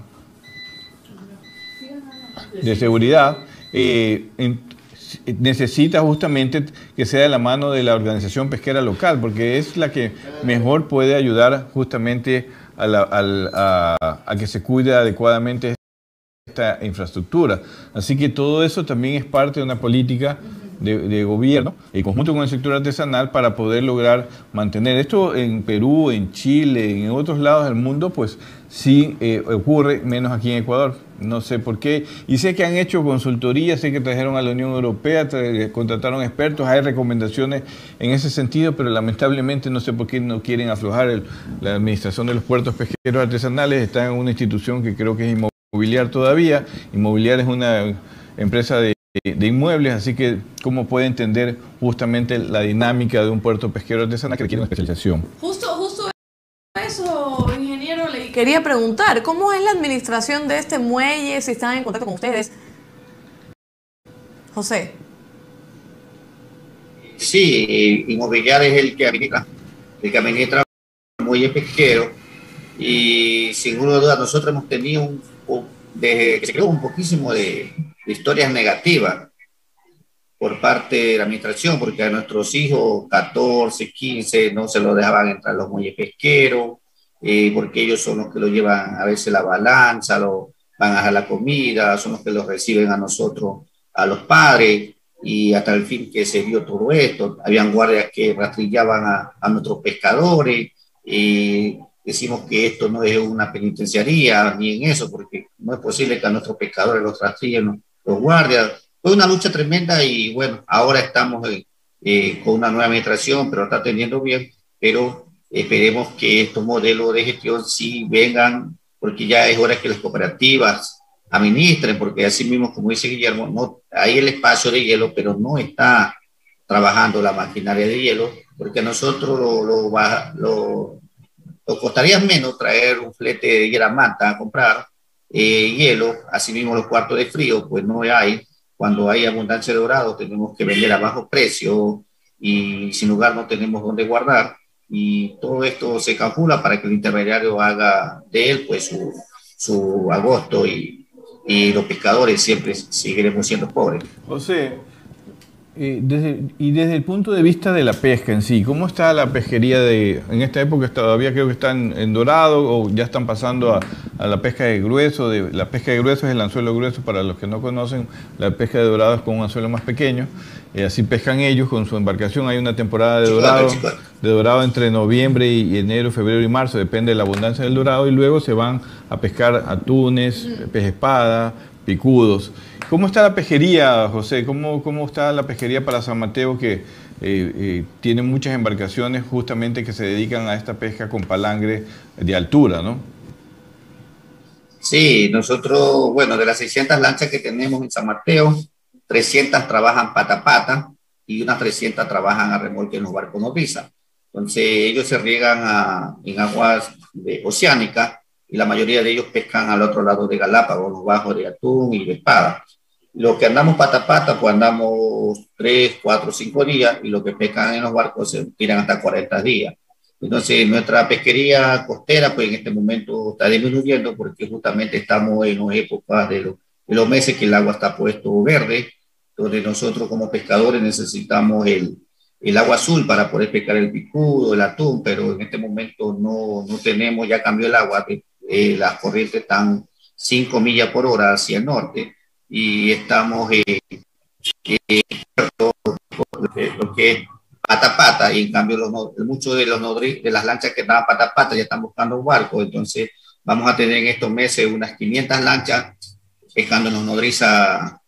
de seguridad, eh, en, necesita justamente que sea de la mano de la organización pesquera local, porque es la que mejor puede ayudar justamente a, la, a, a, a que se cuide adecuadamente esta infraestructura. Así que todo eso también es parte de una política de, de gobierno, en conjunto con el sector artesanal, para poder lograr mantener esto en Perú, en Chile, en otros lados del mundo, pues sí eh, ocurre, menos aquí en Ecuador. No sé por qué. Y sé que han hecho consultorías, sé que trajeron a la Unión Europea, contrataron expertos, hay recomendaciones en ese sentido, pero lamentablemente no sé por qué no quieren aflojar el, la administración de los puertos pesqueros artesanales. Está en una institución que creo que es Inmobiliar todavía. Inmobiliar es una empresa de de inmuebles, así que cómo puede entender justamente la dinámica de un puerto pesquero artesanal que requiere una especialización.
Justo, justo eso, ingeniero, le quería preguntar, ¿cómo es la administración de este muelle? Si están en contacto con ustedes. José.
Sí, Inmobiliar es el que administra, el que administra el muelle pesquero y sin duda nosotros hemos tenido un, un desde que se creó un poquísimo de historias negativas por parte de la administración, porque a nuestros hijos, catorce, quince, no se los dejaban entrar los muelles pesqueros, eh, porque ellos son los que lo llevan a veces la balanza, lo, van a dejar la comida, son los que los reciben a nosotros, a los padres, y hasta el fin que se dio todo esto. Habían guardias que rastrillaban a, a nuestros pescadores, y decimos que esto no es una penitenciaría ni en eso, porque no es posible que a nuestros pescadores los rastrillen los guardias. Fue una lucha tremenda y bueno, ahora estamos eh, eh, con una nueva administración, pero está teniendo bien, pero esperemos que estos modelos de gestión sí vengan, porque ya es hora que las cooperativas administren, porque así mismo, como dice Guillermo, no, hay el espacio de hielo, pero no está trabajando la maquinaria de hielo, porque a nosotros lo, lo, lo, lo costaría menos traer un flete de Hieramanta a comprar eh, hielo, así mismo los cuartos de frío, pues no hay. Cuando hay abundancia de dorado tenemos que vender a bajo precio y sin lugar no tenemos dónde guardar, y todo esto se calcula para que el intermediario haga de él pues su, su agosto y, y los pescadores siempre seguiremos siendo pobres.
José, Eh, desde, y desde el punto de vista de la pesca en sí, ¿cómo está la pesquería de, en esta época todavía creo que están en dorado o ya están pasando a, a la pesca de grueso? De, la pesca de grueso es el anzuelo grueso, para los que no conocen, la pesca de dorado es con un anzuelo más pequeño, eh, así pescan ellos con su embarcación. Hay una temporada de dorado, de dorado entre noviembre y, y enero, febrero y marzo, depende de la abundancia del dorado, y luego se van a pescar atunes, pez espada, picudos. ¿Cómo está la pesquería, José? ¿Cómo, cómo está la pesquería para San Mateo, que eh, eh, tiene muchas embarcaciones justamente que se dedican a esta pesca con palangre de altura, ¿no?
Sí, nosotros, bueno, de las seiscientas lanchas que tenemos en San Mateo, trescientas trabajan pata a pata y unas trescientas trabajan a remolque en los barcos nodriza. Entonces ellos se riegan a, en aguas de, oceánicas, y la mayoría de ellos pescan al otro lado de Galápagos, los bajos de atún y de espada. Los que andamos pata a pata, pues andamos tres, cuatro, cinco días, y los que pescan en los barcos se tiran hasta cuarenta días. Entonces, nuestra pesquería costera, pues en este momento está disminuyendo porque justamente estamos en las épocas de los, de los meses que el agua está puesto verde, donde nosotros como pescadores necesitamos el, el agua azul para poder pescar el picudo, el atún, pero en este momento no, no tenemos, ya cambió el agua, eh, las corrientes están cinco millas por hora hacia el norte, y estamos eh, eh, lo que es pata a pata, y en cambio los, muchos de, los nodri, de las lanchas que estaban pata a pata ya están buscando barcos. Entonces vamos a tener en estos meses unas quinientas lanchas pescando en los nodriza a,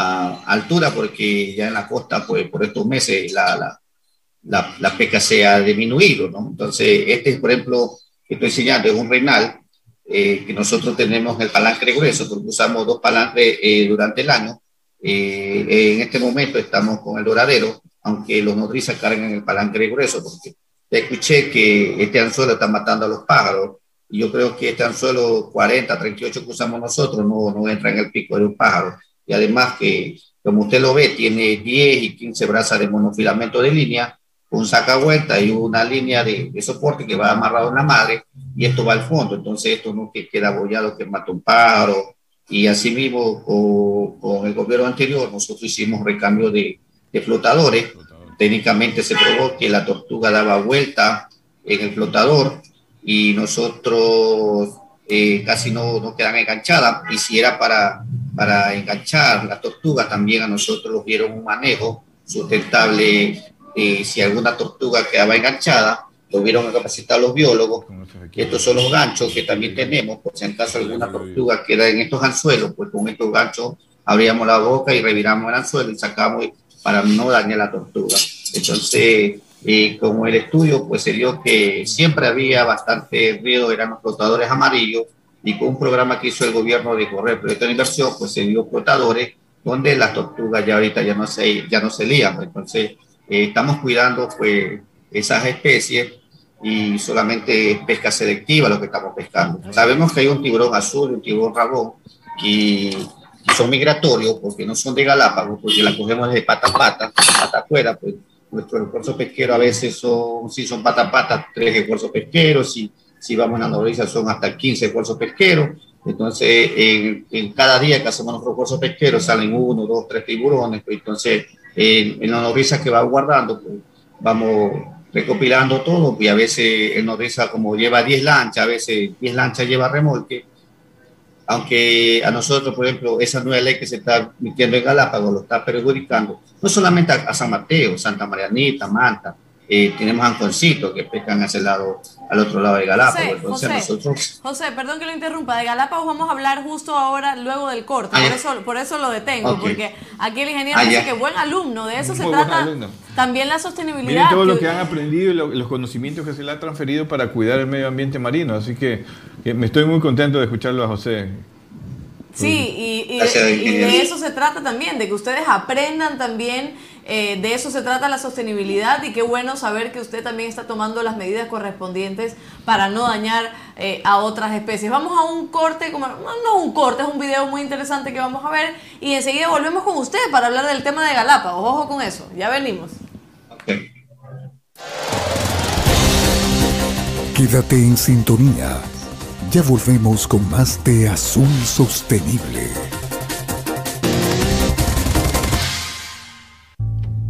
a altura, porque ya en la costa, pues por estos meses la, la, la, la pesca se ha disminuido, ¿no? Entonces este, por ejemplo, que estoy enseñando es un reinal, Eh, que nosotros tenemos el palangre grueso, porque usamos dos palangres eh, durante el año. Eh, en este momento estamos con el doradero, aunque los nodrizas cargan el palangre grueso, porque escuché que este anzuelo está matando a los pájaros, y yo creo que este anzuelo cuarenta, treinta y ocho que usamos nosotros no, no entra en el pico de un pájaro. Y además que, como usted lo ve, tiene diez y quince brazas de monofilamento de línea, un sacavuelta y una línea de, de soporte que va amarrado en la madre, y esto va al fondo. Entonces esto no que queda abollado, que mata un pájaro. Y así mismo con, con el gobierno anterior nosotros hicimos recambio de, de flotadores. Técnicamente se probó que la tortuga daba vuelta en el flotador, y nosotros eh, casi no, no quedan enganchadas, y si era para, para enganchar las tortugas, también a nosotros nos dieron un manejo sustentable. Eh, si alguna tortuga quedaba enganchada, lo vieron a capacitar los biólogos. Estos son los ganchos que también tenemos, por si en caso alguna tortuga queda en estos anzuelos, pues con estos ganchos abríamos la boca y reviramos el anzuelo y sacamos para no dañar la tortuga. Entonces, eh, como el estudio, pues se dio que siempre había bastante río, eran los flotadores amarillos, y con un programa que hizo el gobierno de correr proyecto de inversión, pues se dio flotadores donde las tortugas ya ahorita ya no se, ya no se lían. Entonces, Eh, estamos cuidando pues esas especies, y solamente pesca selectiva lo que estamos pescando. Sabemos que hay un tiburón azul y un tiburón rabón, y, y son migratorios porque no son de Galápagos, porque la cogemos de pata a pata, pata afuera. Pues nuestros esfuerzos pesqueros a veces son, si son pata a pata, tres esfuerzos pesqueros, si, si vamos a la nodriza son hasta quince esfuerzos pesqueros. Entonces en, en cada día que hacemos nuestros esfuerzos pesqueros salen uno, dos, tres tiburones. Pues entonces en, en la nodriza que va guardando, pues vamos recopilando todo, y a veces el nodriza, como lleva diez lanchas, a veces diez lanchas lleva remolque, aunque a nosotros, por ejemplo, esa nueva ley que se está metiendo en Galápagos lo está perjudicando, no solamente a, a San Mateo, Santa Marianita, Manta, eh, tenemos anconcitos que pescan hacia el lado, al otro lado de Galápagos.
José,
Entonces,
José,
nosotros...
José, perdón que lo interrumpa, de Galápagos vamos a hablar justo ahora, luego del corte,
ah,
por, eso, por eso lo detengo, okay. Porque aquí el ingeniero
ah,
dice
ya.
que buen alumno, de eso
Muy
se trata también la sostenibilidad.
Miren todo
que...
lo que han aprendido y lo, los conocimientos que se le ha transferido para cuidar el medio ambiente marino, así que, que me estoy muy contento de escucharlo a José.
Sí, y, y, de, y de eso se trata también, de que ustedes aprendan también, eh, de eso se trata la sostenibilidad, y qué bueno saber que usted también está tomando las medidas correspondientes para no dañar eh, a otras especies. Vamos a un corte, como, no, no un corte, es un video muy interesante que vamos a ver, y enseguida volvemos con usted para hablar del tema de Galápagos. Ojo con eso, ya venimos.
Okay.
Quédate en sintonía. Ya volvemos con más de Azul Sostenible.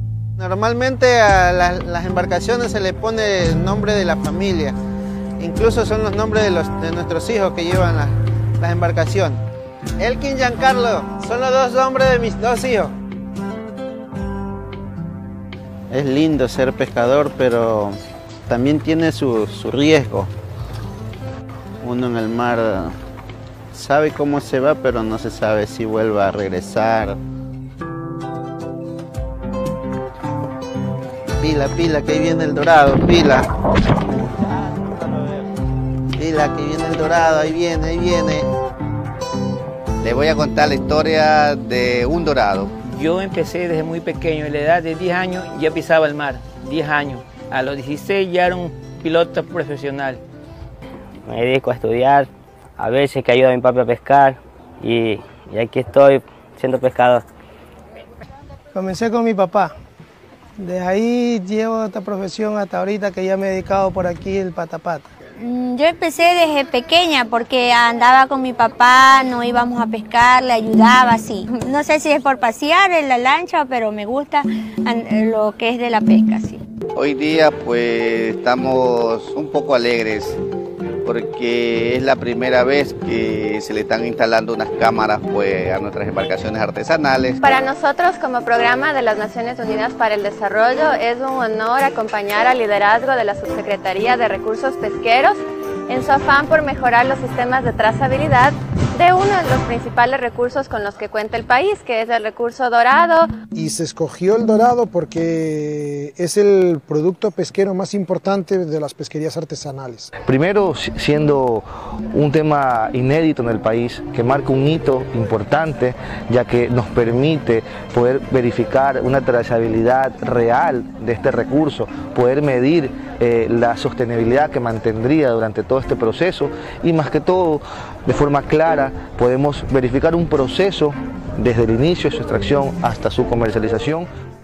Normalmente a las, las embarcaciones se le pone el nombre de la familia. Incluso son los nombres de, los, de nuestros hijos que llevan la, las embarcaciones. Elkin y Giancarlo son los dos nombres de mis dos hijos. Es lindo ser pescador, pero también tiene su, su riesgo. Uno en el mar sabe cómo se va, pero no se sabe si vuelva a regresar. Pila, pila, que ahí viene el dorado, pila. Pila, que viene el dorado, ahí viene, ahí viene.
Les voy a contar la historia de un dorado.
Yo empecé desde muy pequeño, a la edad de diez años ya pisaba el mar, diez años. A los dieciséis ya era un piloto profesional.
Me dedico a estudiar, a veces que ayudo a mi papá a pescar y, y aquí estoy siendo pescador.
Comencé con mi papá. Desde ahí llevo esta profesión hasta ahorita que ya me he dedicado por aquí el patapata.
Yo empecé desde pequeña porque andaba con mi papá, no íbamos a pescar, le ayudaba así. No sé si es por pasear en la lancha, pero me gusta lo que es de la pesca, sí.
Hoy día pues estamos un poco alegres porque es la primera vez que se le están instalando unas cámaras pues, a nuestras embarcaciones artesanales.
Para nosotros, como programa de las Naciones Unidas para el Desarrollo, es un honor acompañar al liderazgo de la Subsecretaría de Recursos Pesqueros en su afán por mejorar los sistemas de trazabilidad de uno de los principales recursos con los que cuenta el país, que es el recurso dorado.
Y se escogió el dorado porque es el producto pesquero más importante de las pesquerías artesanales.
Primero, siendo un tema inédito en el país, que marca un hito importante, ya que nos permite poder verificar una trazabilidad real de este recurso, poder medir eh, la sostenibilidad que mantendría durante todo este proceso y más que todo, de forma clara, podemos verificar un proceso desde el inicio de su extracción hasta su comercialización.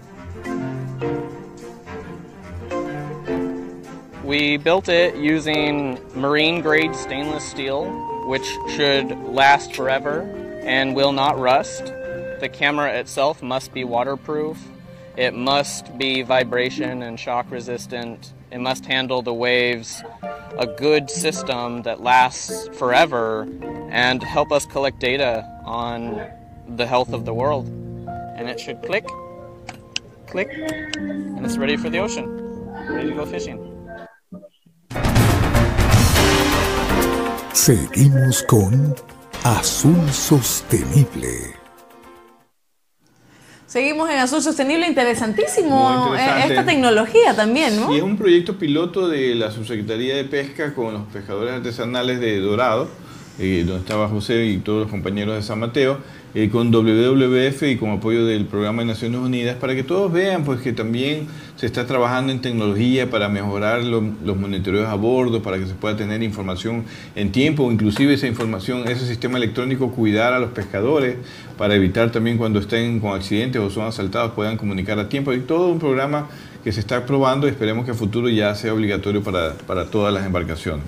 We built it using marine grade stainless steel, which should last forever and will not rust. The camera itself must be waterproof. It must be vibration and shock resistant. It must handle the waves. A good system that lasts forever and help us collect data on the health of the world. And it should click, click, and it's ready for the ocean, ready to go fishing.
Seguimos con Azul Sostenible.
Seguimos en Azul Sostenible, interesantísimo
Muy interesante.
Esta tecnología también, ¿no?
Y es un proyecto piloto de la Subsecretaría de Pesca con los pescadores artesanales de Dorado, eh, donde estaba José y todos los compañeros de San Mateo, eh, con doble u doble u efe y con apoyo del Programa de Naciones Unidas, para que todos vean pues, que también se está trabajando en tecnología para mejorar lo, los monitoreos a bordo, para que se pueda tener información en tiempo, inclusive esa información, ese sistema electrónico, cuidar a los pescadores, para evitar también cuando estén con accidentes o son asaltados puedan comunicar a tiempo. Hay todo un programa que se está probando y esperemos que a futuro ya sea obligatorio para, para todas las embarcaciones.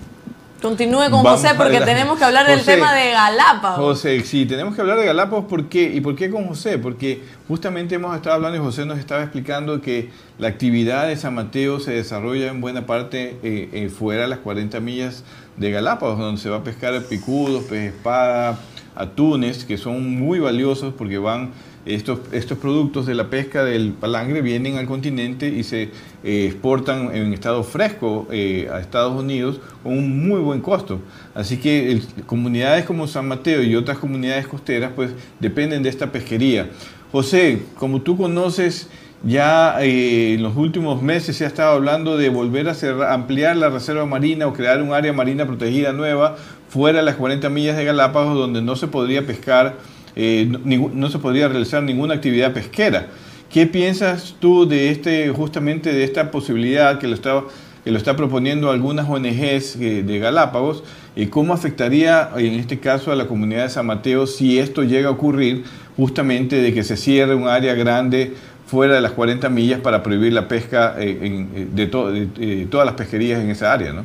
Continúe con
Vamos
José porque
adelante.
tenemos que hablar
José,
del tema de Galápagos.
José, sí, tenemos que hablar de Galápagos. ¿Por qué? ¿Y por qué con José? Porque justamente hemos estado hablando y José nos estaba explicando que la actividad de San Mateo se desarrolla en buena parte eh, eh, fuera de las cuarenta millas de Galápagos, donde se va a pescar picudos, pez espada, atunes, que son muy valiosos porque van estos, estos productos de la pesca del palangre vienen al continente y se eh, exportan en estado fresco eh, a Estados Unidos con un muy buen costo. Así que el, comunidades como San Mateo y otras comunidades costeras pues dependen de esta pesquería. José, como tú conoces, ya eh, en los últimos meses se ha estado hablando de volver a cerrar, ampliar la reserva marina o crear un área marina protegida nueva fuera de las cuarenta millas de Galápagos, donde no se podría pescar, eh, no, no se podría realizar ninguna actividad pesquera. ¿Qué piensas tú de este, justamente de esta posibilidad que lo está, que lo está proponiendo algunas O N Ges eh, de Galápagos? ¿Y cómo afectaría en este caso a la comunidad de San Mateo si esto llega a ocurrir, justamente de que se cierre un área grande fuera de las cuarenta millas para prohibir la pesca eh, en, de, to, de, de todas las pesquerías en esa área, ¿no?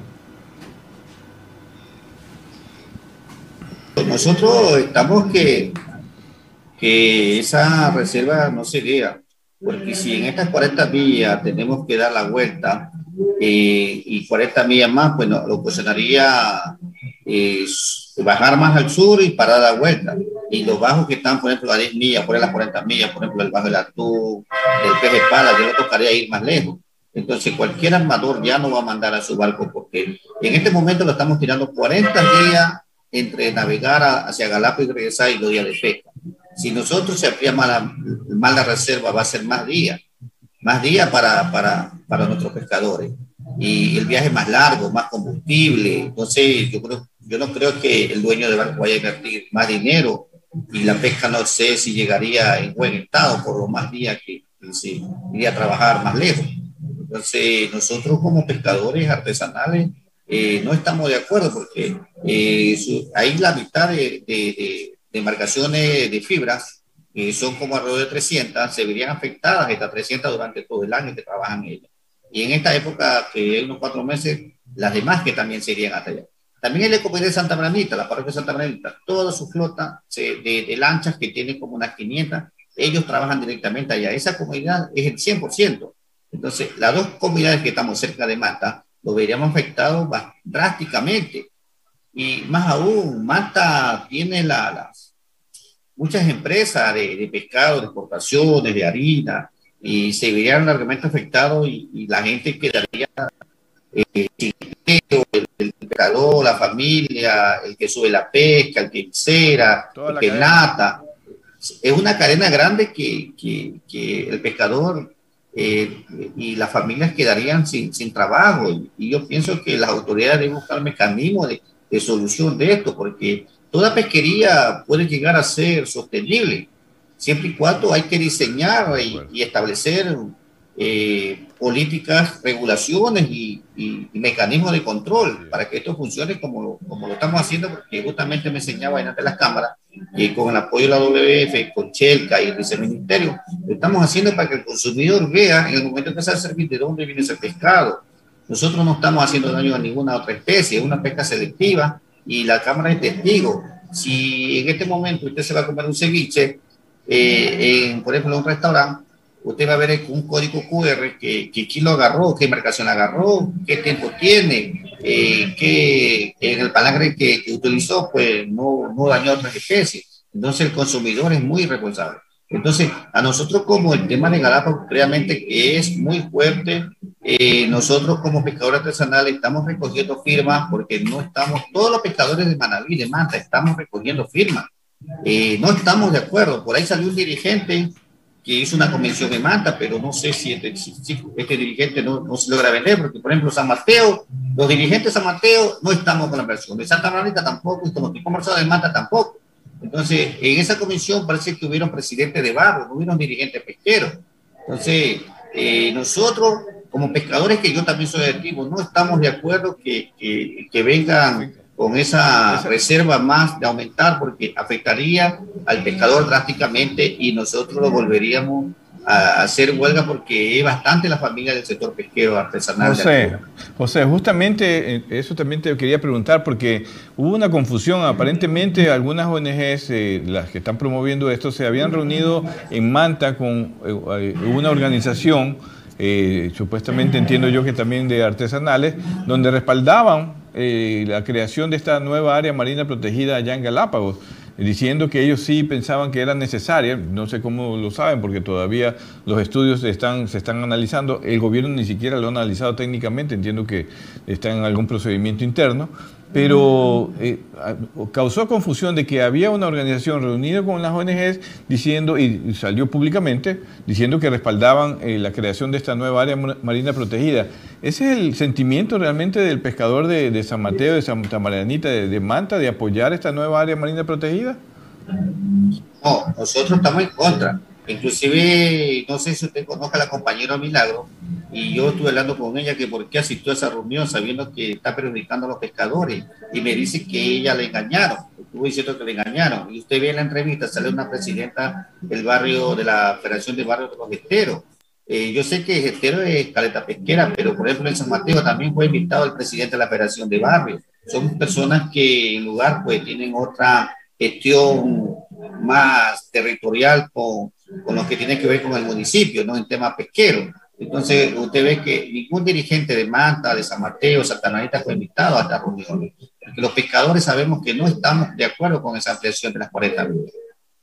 Nosotros estamos que, que esa reserva no se vea. porque si en estas cuarenta millas tenemos que dar la vuelta eh, y cuarenta millas más, pues no, lo ocasionaría eh, bajar más al sur y parar la vuelta. Y los bajos que están, por ejemplo, a diez millas, por ahí las cuarenta millas, por ejemplo, el bajo del atún, el pez espada, yo le tocaría ir más lejos. Entonces, cualquier armador ya no va a mandar a su barco, porque en este momento lo estamos tirando cuarenta días entre navegar a, hacia Galápagos y regresar y los días de pesca. Si nosotros se amplía más la, más la reserva, va a ser más días, más días para, para, para nuestros pescadores. Y el viaje más largo, más combustible. Entonces, yo, creo, yo no creo que el dueño del barco vaya a invertir más dinero y la pesca no sé si llegaría en buen estado por los más días que, que se iría a trabajar más lejos. Entonces, nosotros como pescadores artesanales eh, no estamos de acuerdo porque eh, su, hay la mitad de, de, de, de embarcaciones de fibras, que son como alrededor de trescientas, se verían afectadas estas trescientas durante todo el año que trabajan ellas. Y en esta época, que hay unos cuatro meses, las demás que también se irían hasta allá. También el Ecopedia de Santa Margarita, la parroquia de Santa Margarita, toda su flota se, de, de lanchas que tiene como unas quinientas, ellos trabajan directamente allá. Esa comunidad es el cien por ciento. Entonces, las dos comunidades que estamos cerca de Manta, lo veríamos afectado drásticamente. Y más aún, Manta tiene la, las, muchas empresas de, de pescado, de exportaciones, de harina, y se verían largamente afectados y, y la gente quedaría eh, sin dinero, el, el pescador, la familia, el que sube la pesca, el que encera, el que nata. Es una cadena grande que, que, que el pescador eh, y las familias quedarían sin, sin trabajo. Y, y yo pienso que las autoridades deben buscar mecanismos de, de solución de esto, porque toda pesquería puede llegar a ser sostenible, siempre y cuando hay que diseñar y, y establecer eh, políticas, regulaciones y, y, y mecanismos de control para que esto funcione como lo, como lo estamos haciendo, porque justamente me enseñaba en ante las cámaras que con el apoyo de la W W F, con Chelca y el viceministerio, lo estamos haciendo para que el consumidor vea en el momento que se va a servir de dónde viene ese pescado. Nosotros no estamos haciendo daño a ninguna otra especie, es una pesca selectiva y la Cámara es testigo. Si en este momento usted se va a comer un ceviche, Eh, en, por ejemplo, en un restaurante, usted va a ver un código Q R que, que quién lo agarró, qué marcación agarró, qué tiempo tiene, eh, que en el palangre que, que utilizó, pues no, no dañó otras especies. Entonces el consumidor es muy responsable. Entonces, a nosotros como el tema de Galápagos, realmente que es muy fuerte, eh, nosotros como pescadores artesanales estamos recogiendo firmas porque no estamos, todos los pescadores de Manabí, de Manta, estamos recogiendo firmas. Eh, no estamos de acuerdo. Por ahí salió un dirigente que hizo una convención en Manta, pero no sé si este, si, si este dirigente no, no se logra vender, porque por ejemplo San Mateo, los dirigentes de San Mateo no estamos con la versión de Santa Margarita tampoco, y como tipo de Manta tampoco. Entonces, en esa comisión parece que hubieron presidentes de barrio, no hubieron dirigentes pesqueros. Entonces, eh, nosotros como pescadores, que yo también soy activo, no estamos de acuerdo que, que, que vengan con esa reserva más de aumentar, porque afectaría al pescador drásticamente y nosotros lo volveríamos a hacer huelga, porque es bastante la familia del sector pesquero artesanal.
José, José, justamente eso también te quería preguntar, porque hubo una confusión. Aparentemente algunas O N Ges, eh, las que están promoviendo esto, se habían reunido en Manta con eh, una organización, eh, supuestamente entiendo yo que también de artesanales, donde respaldaban Eh, la creación de esta nueva área marina protegida allá en Galápagos, diciendo que ellos sí pensaban que era necesaria. No sé cómo lo saben, porque todavía los estudios están, se están analizando. El gobierno ni siquiera lo ha analizado técnicamente, entiendo que está en algún procedimiento interno, pero eh, causó confusión de que había una organización reunida con las O N Ges diciendo, y salió públicamente, diciendo que respaldaban eh, la creación de esta nueva área marina protegida. ¿Ese es el sentimiento realmente del pescador de, de San Mateo, de Santa Margarita, de, de Manta, de apoyar esta nueva área marina protegida?
No, nosotros estamos en contra. Inclusive, no sé si usted conozca a la compañera Milagro, y yo estuve hablando con ella que por qué asistió a esa reunión sabiendo que está perjudicando a los pescadores, y me dice que ella le engañaron, estuvo diciendo que le engañaron, y usted ve en la entrevista, sale una presidenta del barrio, de la Federación de Barrios de los Esteros. Eh, yo sé que Estero es caleta pesquera, pero por ejemplo en San Mateo también fue invitado el presidente de la Federación de Barrios. Son personas que en lugar pues tienen otra gestión más territorial con con lo que tiene que ver con el municipio, ¿no? En tema pesquero. Entonces, usted ve que ningún dirigente de Manta, de San Mateo, Santa Marita fue invitado a esta reunión, porque los pescadores sabemos que no estamos de acuerdo con esa ampliación de las cuarenta millas.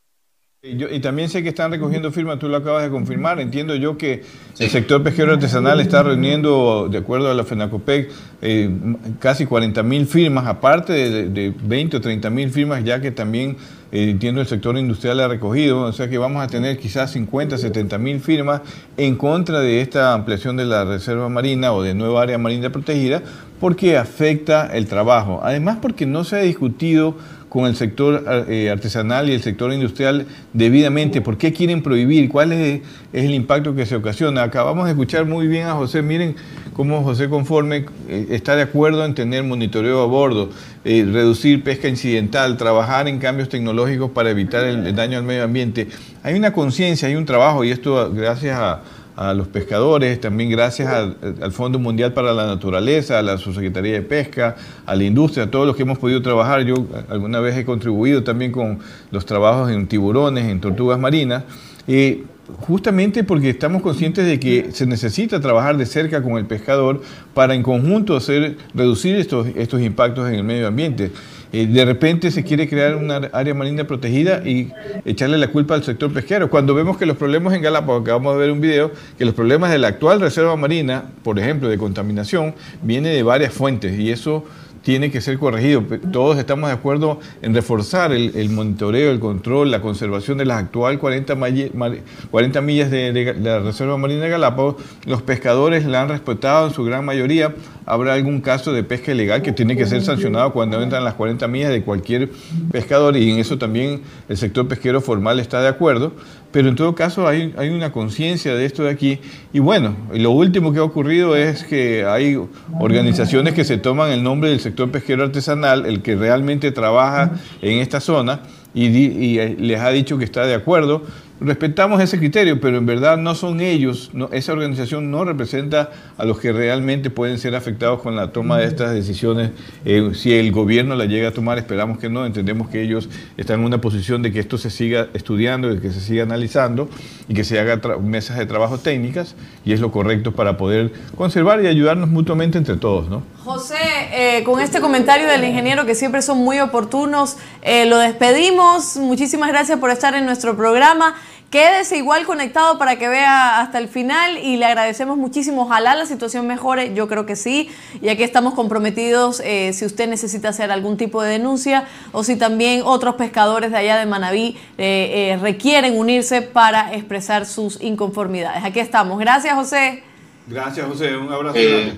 Y, yo, y también sé que están recogiendo firmas, tú lo acabas de confirmar. Entiendo yo que sí. El sector pesquero artesanal está reuniendo, de acuerdo a la FENACOPEC, eh, casi cuarenta mil firmas, aparte de, de veinte o treinta mil firmas ya que también eh, entiendo el sector industrial ha recogido. O sea que vamos a tener quizás cincuenta, setenta mil firmas en contra de esta ampliación de la reserva marina o de nueva área marina protegida, porque afecta el trabajo. Además, porque no se ha discutido con el sector eh, artesanal y el sector industrial debidamente. ¿Por qué quieren prohibir? ¿Cuál es, es el impacto que se ocasiona? Acabamos de escuchar muy bien a José. Miren cómo José Conforme eh, está de acuerdo en tener monitoreo a bordo, eh, reducir pesca incidental, trabajar en cambios tecnológicos para evitar el, el daño al medio ambiente. Hay una conciencia, hay un trabajo, y esto gracias a a los pescadores, también gracias a, al Fondo Mundial para la Naturaleza, a la Subsecretaría de Pesca, a la industria, a todos los que hemos podido trabajar. Yo alguna vez he contribuido también con los trabajos en tiburones, en tortugas marinas, eh, justamente porque estamos conscientes de que se necesita trabajar de cerca con el pescador para en conjunto hacer, reducir estos, estos impactos en el medio ambiente. Eh, de repente se quiere crear una área marina protegida y echarle la culpa al sector pesquero, cuando vemos que los problemas en Galápagos, acabamos de ver un video, que los problemas de la actual reserva marina, por ejemplo, de contaminación, viene de varias fuentes, y eso tiene que ser corregido. Todos estamos de acuerdo en reforzar el, el monitoreo, el control, la conservación de las actuales cuarenta millas de, de la Reserva Marina de Galápagos. Los pescadores la han respetado en su gran mayoría. Habrá algún caso de pesca ilegal que tiene que ser sancionado cuando entran las cuarenta millas de cualquier pescador, y en eso también el sector pesquero formal está de acuerdo. Pero en todo caso hay, hay una conciencia de esto de aquí. Y bueno, lo último que ha ocurrido es que hay organizaciones que se toman el nombre del sector pesquero artesanal, el que realmente trabaja en esta zona, y, y les ha dicho que está de acuerdo. Respetamos ese criterio, pero en verdad no son ellos, no, esa organización no representa a los que realmente pueden ser afectados con la toma de estas decisiones. Eh, si el gobierno la llega a tomar, esperamos que no, entendemos que ellos están en una posición de que esto se siga estudiando, de que se siga analizando y que se hagan mesas de trabajo técnicas, y es lo correcto para poder conservar y ayudarnos mutuamente entre todos, ¿no?
José, eh, con este comentario del ingeniero, que siempre son muy oportunos, eh, lo despedimos. Muchísimas gracias por estar en nuestro programa. Quédese igual conectado para que vea hasta el final, y le agradecemos muchísimo. Ojalá la situación mejore, yo creo que sí, y aquí estamos comprometidos. Eh, si usted necesita hacer algún tipo de denuncia, o si también otros pescadores de allá de Manabí eh, eh, requieren unirse para expresar sus inconformidades. Aquí estamos. Gracias, José.
Gracias, José. Un abrazo.
Eh,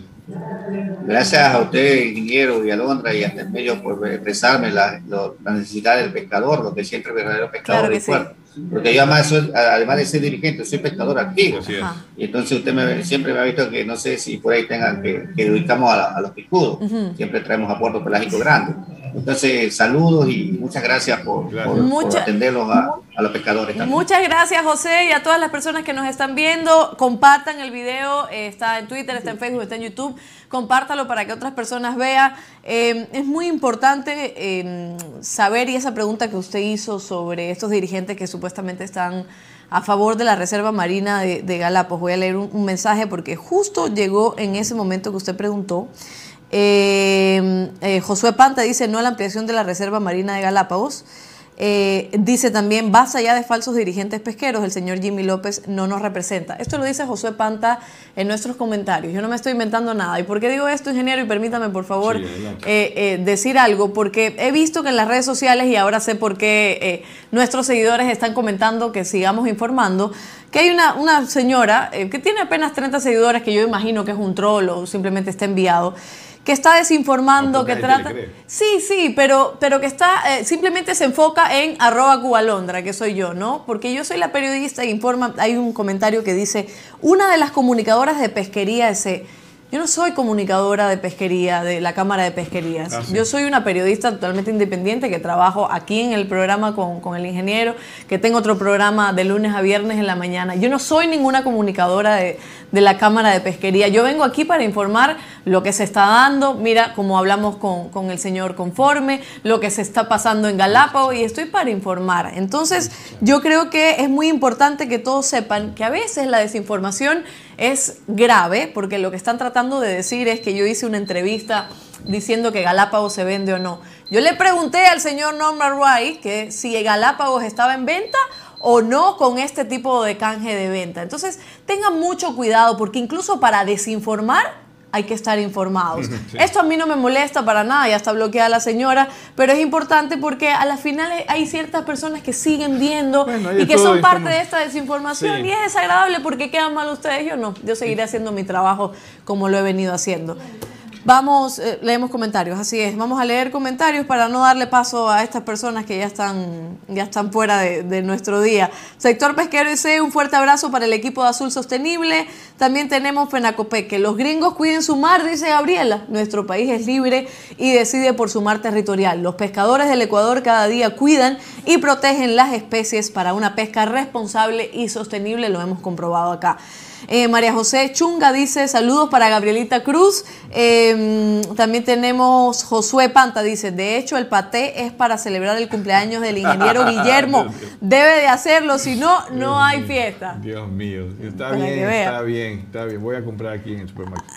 gracias a usted, ingeniero y Alondra, y hasta el medio, por expresarme la, lo, la necesidad del pescador, lo que siempre el verdadero pescador
Claro que
del puerto. Porque yo además, soy, además de ser dirigente, soy pescador activo. Y entonces usted me, siempre me ha visto que no sé si por ahí tengan que, que dedicamos a, a los picudos. Uh-huh. Siempre traemos aportos pelágicos grandes. Entonces, saludos y muchas gracias por, gracias. por, Mucha, por atenderlos a, a los pescadores también.
Muchas gracias, José, y a todas las personas que nos están viendo. Compartan el video, eh, está en Twitter, está en Facebook, está en YouTube. Compártalo para que otras personas vean. Eh, es muy importante eh, saber, y esa pregunta que usted hizo sobre estos dirigentes que supuestamente están a favor de la Reserva Marina de, de Galápagos. Voy a leer un, un mensaje porque justo llegó en ese momento que usted preguntó. Eh, eh, Josué Panta dice no a la ampliación de la Reserva Marina de Galápagos. Eh, dice también, basta ya de falsos dirigentes pesqueros, el señor Jimmy López no nos representa. Esto lo dice Josué Panta en nuestros comentarios. Yo no me estoy inventando nada. ¿Y por qué digo esto, ingeniero? Y permítame, por favor, sí, eh, eh, decir algo, porque he visto que en las redes sociales, y ahora sé por qué eh, nuestros seguidores están comentando que sigamos informando, que hay una, una señora eh, que tiene apenas treinta seguidores, que yo imagino que es un troll o simplemente está enviado, que está desinformando, no, que trata... Sí, sí, pero, pero que está, eh, simplemente se enfoca en arroba cubalondra, que soy yo, ¿no? Porque yo soy la periodista e informa. Hay un comentario que dice, una de las comunicadoras de pesquería ese... Yo no soy comunicadora de pesquería, de la Cámara de Pesquerías. Ah, sí. Yo soy una periodista totalmente independiente que trabajo aquí en el programa con, con el ingeniero, que tengo otro programa de lunes a viernes en la mañana. Yo no soy ninguna comunicadora de, de la Cámara de Pesquería. Yo vengo aquí para informar lo que se está dando, mira, como hablamos con, con el señor Conforme, lo que se está pasando en Galápagos, y estoy para informar. Entonces, yo creo que es muy importante que todos sepan que a veces la desinformación es grave, porque lo que están tratando de decir es que yo hice una entrevista diciendo que Galápagos se vende o no. Yo le pregunté al señor Norman Wright que si Galápagos estaba en venta o no con este tipo de canje de venta. Entonces, tengan mucho cuidado, porque incluso para desinformar hay que estar informados. Sí. Esto a mí no me molesta para nada, ya está bloqueada la señora, pero es importante porque a la final hay ciertas personas que siguen viendo bueno, y que son parte como... de esta desinformación, sí. Y es desagradable porque quedan mal ustedes, yo no. Yo seguiré haciendo mi trabajo como lo he venido haciendo. Vamos, eh, leemos comentarios, así es. Vamos a leer comentarios para no darle paso a estas personas que ya están, ya están fuera de, de nuestro día. Sector Pesquero S E, un fuerte abrazo para el equipo de Azul Sostenible. También tenemos Fenacopeque. Los gringos cuiden su mar, dice Gabriela. Nuestro país es libre y decide por su mar territorial. Los pescadores del Ecuador cada día cuidan y protegen las especies para una pesca responsable y sostenible. Lo hemos comprobado acá. Eh, María José Chunga dice, saludos para Gabrielita Cruz. Eh, también tenemos Josué Panta, dice, de hecho el paté es para celebrar el cumpleaños del ingeniero Guillermo. Debe de hacerlo, si no, no Dios hay mío, fiesta.
Dios mío, está para bien, está bien, está bien. Voy a comprar aquí en el supermercado.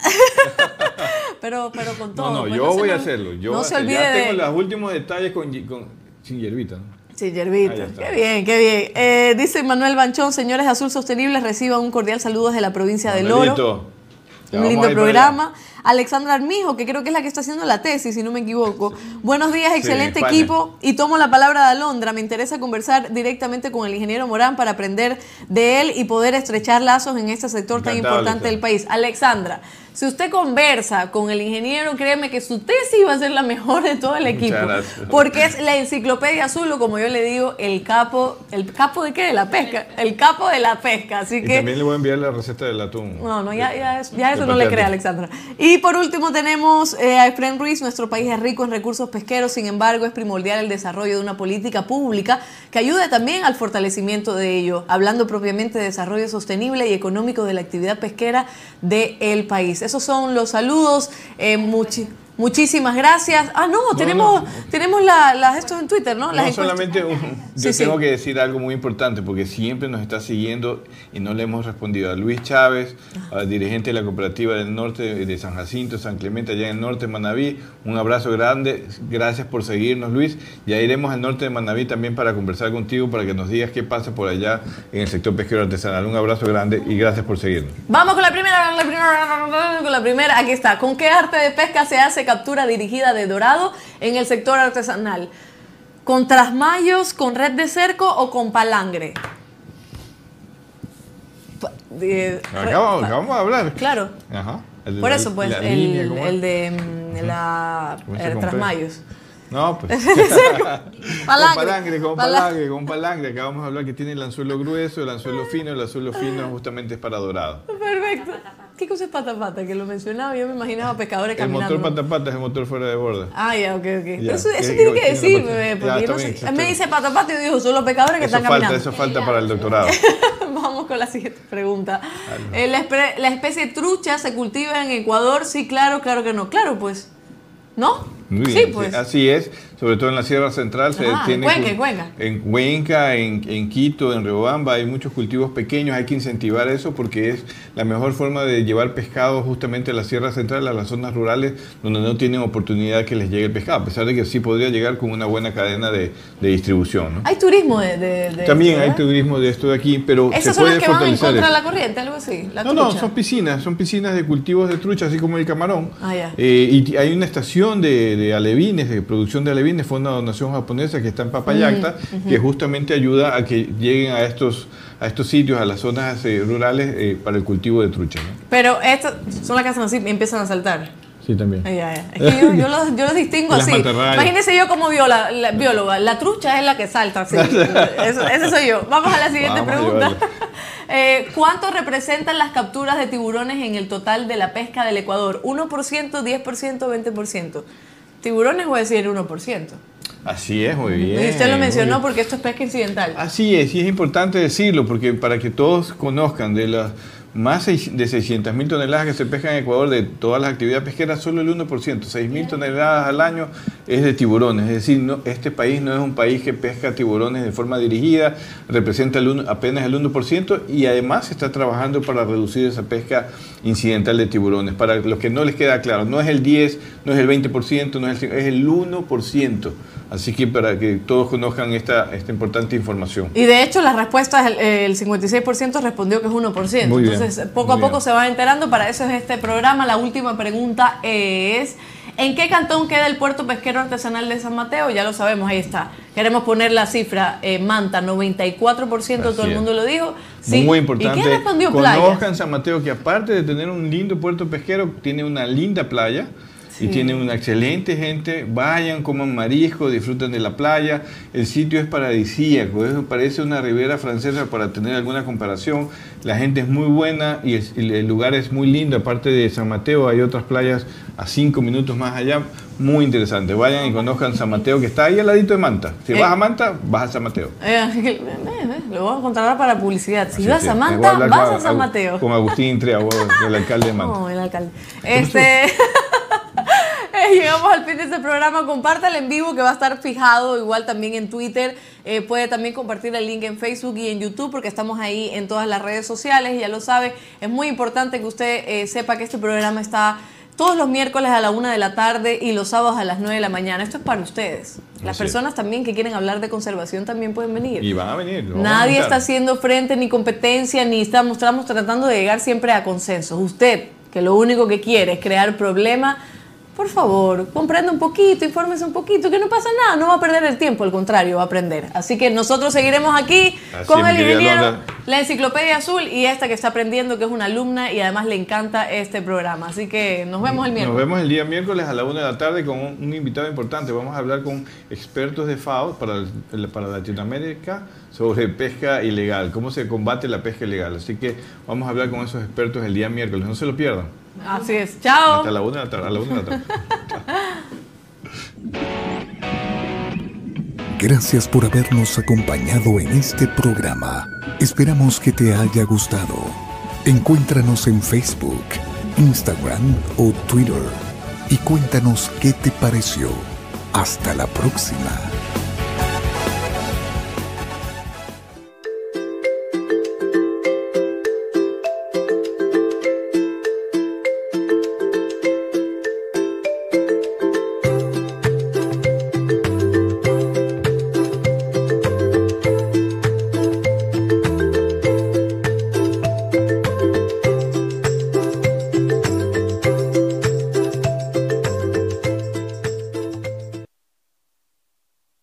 pero, pero con todo.
No, no,
pues
yo
no
voy
se
a hacerlo. Yo
no se
hacer.
olvide
Ya tengo
de...
los últimos detalles con, con, sin hierbita, ¿no?
Sí, hierbita. Qué bien, qué bien. Eh, dice Manuel Banchón, señores de Azul Sostenible, reciban un cordial saludo desde la provincia del Oro. Un lindo programa. Alexandra Armijo, que creo que es la que está haciendo la tesis, si no me equivoco. Buenos días, excelente sí, equipo. Y tomo la palabra de Alondra. Me interesa conversar directamente con el ingeniero Morán para aprender de él y poder estrechar lazos en este sector tan importante del país. Alexandra, si usted conversa con el ingeniero, créeme que su tesis va a ser la mejor de todo el equipo. Porque es la enciclopedia azul, o como yo le digo, el capo. ¿El capo de qué? De la pesca. El capo de la pesca. Así
y
que
también le voy a enviar la receta del atún.
No, no, ya, ya, ya eso no le cree, Alexandra. Y por último tenemos eh, a Efren Ruiz. Nuestro país es rico en recursos pesqueros, sin embargo es primordial el desarrollo de una política pública que ayude también al fortalecimiento de ello, hablando propiamente de desarrollo sostenible y económico de la actividad pesquera del país. Esos son los saludos. Eh, muchi Muchísimas gracias. Ah, no, no tenemos, no. tenemos las la, estos en Twitter, ¿no? Las
no solamente, un, yo
sí,
tengo
sí.
que decir algo muy importante, porque siempre nos está siguiendo y no le hemos respondido a Luis Chávez, al dirigente de la cooperativa del norte de San Jacinto, San Clemente, allá en el norte de Manabí. Un abrazo grande, gracias por seguirnos, Luis. Ya iremos al norte de Manabí también para conversar contigo, para que nos digas qué pasa por allá en el sector pesquero artesanal. Un abrazo grande y gracias por seguirnos.
Vamos con la primera, la primera, con la primera. Aquí está. ¿Con qué arte de pesca se hace captura dirigida de dorado en el sector artesanal? ¿Con trasmayos, con red de cerco o con palangre?
De, acabamos, acabamos de hablar.
Claro.
Ajá.
Por la, eso, pues, el, línea, el de mm, la eh, trasmayos.
No, pues.
palangre.
Con palangre, con palangre, con palangre. Acabamos de hablar que tiene el anzuelo grueso, el anzuelo fino. El anzuelo fino justamente es para dorado.
Perfecto. ¿Qué cosa es patapata? Que lo mencionaba, yo me imaginaba pescadores
el
caminando.
El motor patapata es el motor fuera de borda.
Ah, ya, ok, ok. Ya. Eso, eso tiene que decirme, porque ya, yo no sé. Bien, me dice patapata y yo digo, son los pescadores que
eso
están
falta,
caminando.
Eso falta para el doctorado.
Vamos con la siguiente pregunta. Eh, la, ¿La especie trucha se cultiva en Ecuador? Sí, claro, claro que no. Claro, pues. ¿No?
Muy bien, sí, pues. Sí, así es, sobre todo en la Sierra Central. Se
Ajá,
tiene
en Cuenca, en Cuenca.
En Cuenca, en, en Quito, en Riobamba, hay muchos cultivos pequeños, hay que incentivar eso porque es la mejor forma de llevar pescado justamente a la Sierra Central, a las zonas rurales donde no tienen oportunidad que les llegue el pescado, a pesar de que sí podría llegar con una buena cadena de, de distribución, ¿no?
¿Hay turismo de, de, de
También
esto,
hay turismo de esto de aquí, pero
¿esas
se
son
puede
las que van en contra
eso.
de la corriente, algo así? La
no,
trucha.
no, son piscinas, son piscinas de cultivos de trucha, así como el camarón.
Ah, ya.
Eh, y hay una estación de, de alevines, de producción de alevines, fue una donación japonesa que está en Papayacta, uh -huh. que justamente ayuda a que lleguen a estos, a estos sitios, a las zonas eh, rurales eh, para el cultivo de trucha, ¿no?
Pero estas son las que hacen así y empiezan a saltar.
Sí, también.
Ay, ay, ay. Es que yo, yo, los, yo los distingo así. Imagínense yo como biola, la, bióloga, la trucha es la que salta así. Eso, ese soy yo. Vamos a la siguiente Vamos pregunta. Eh, ¿Cuánto representan las capturas de tiburones en el total de la pesca del Ecuador? ¿uno por ciento, diez por ciento, veinte por ciento? Tiburones voy a decir uno por ciento.
Así es, muy bien.
Y usted lo mencionó porque esto es pesca incidental.
Así es, y es importante decirlo porque para que todos conozcan de las más de seiscientas mil toneladas que se pescan en Ecuador de todas las actividades pesqueras, solo el uno por ciento, seis mil toneladas al año es de tiburones. Es decir, no, este país no es un país que pesca tiburones de forma dirigida, representa el uno, apenas el uno por ciento, y además está trabajando para reducir esa pesca incidental de tiburones. Para los que no les queda claro, no es el diez, no es el veinte por ciento, no es el, es el uno por ciento. Así que para que todos conozcan esta, esta importante información.
Y de hecho la respuesta, el, el cincuenta y seis por ciento respondió que es uno por ciento. Muy bien. Entonces poco Muy a poco bien. se van enterando, para eso es este programa. La última pregunta es: ¿en qué cantón queda el puerto pesquero artesanal de San Mateo? Ya lo sabemos, ahí está. Queremos poner la cifra, eh, Manta, noventa y cuatro por ciento, Así todo el mundo es. lo dijo. Sí.
Muy importante.
¿Y quién respondió playa?
Conozcan San Mateo, que aparte de tener un lindo puerto pesquero, tiene una linda playa. Sí. Y tiene una excelente gente. Vayan, coman marisco, disfruten de la playa. El sitio es paradisíaco, eso parece una ribera francesa para tener alguna comparación. La gente es muy buena y el, el lugar es muy lindo. Aparte de San Mateo hay otras playas a cinco minutos más allá, muy interesante. Vayan y conozcan San Mateo, que está ahí al ladito de Manta. Si eh. vas a Manta, vas a San Mateo.
Eh, eh, eh, lo vamos a contratar para publicidad. Si sí, vas sí. a Manta, vas a, a San Mateo.
Con Agustín Intrea, el alcalde de Manta.
No, el alcalde. Este... Llegamos al fin de este programa. Compártalo en vivo, que va a estar fijado igual también en Twitter. Eh, puede también compartir el link en Facebook y en YouTube, porque estamos ahí en todas las redes sociales. Ya lo sabe, es muy importante que usted eh, sepa que este programa está todos los miércoles a la una de la tarde y los sábados a las nueve de la mañana. Esto es para ustedes. Las Así personas es. también que quieren hablar de conservación también pueden venir.
Y van a venir.
Nadie está haciendo frente ni competencia, ni estamos, estamos tratando de llegar siempre a consensos. Usted, que lo único que quiere es crear problemas, por favor, comprenda un poquito, infórmese un poquito, que no pasa nada, no va a perder el tiempo, al contrario, va a aprender. Así que nosotros seguiremos aquí Así con el ingeniero, la Enciclopedia Azul, y esta que está aprendiendo, que es una alumna y además le encanta este programa. Así que nos vemos el miércoles.
Nos vemos el día miércoles a la una de la tarde con un, un invitado importante. Vamos a hablar con expertos de FAO para, para Latinoamérica sobre pesca ilegal, cómo se combate la pesca ilegal. Así que vamos a hablar con esos expertos el día miércoles, no se lo pierdan.
Así es, chao.
Hasta la una de la tarde, a la una de la tarde.
Gracias por habernos acompañado en este programa. Esperamos que te haya gustado. Encuéntranos en Facebook, Instagram o Twitter y cuéntanos qué te pareció. Hasta la próxima.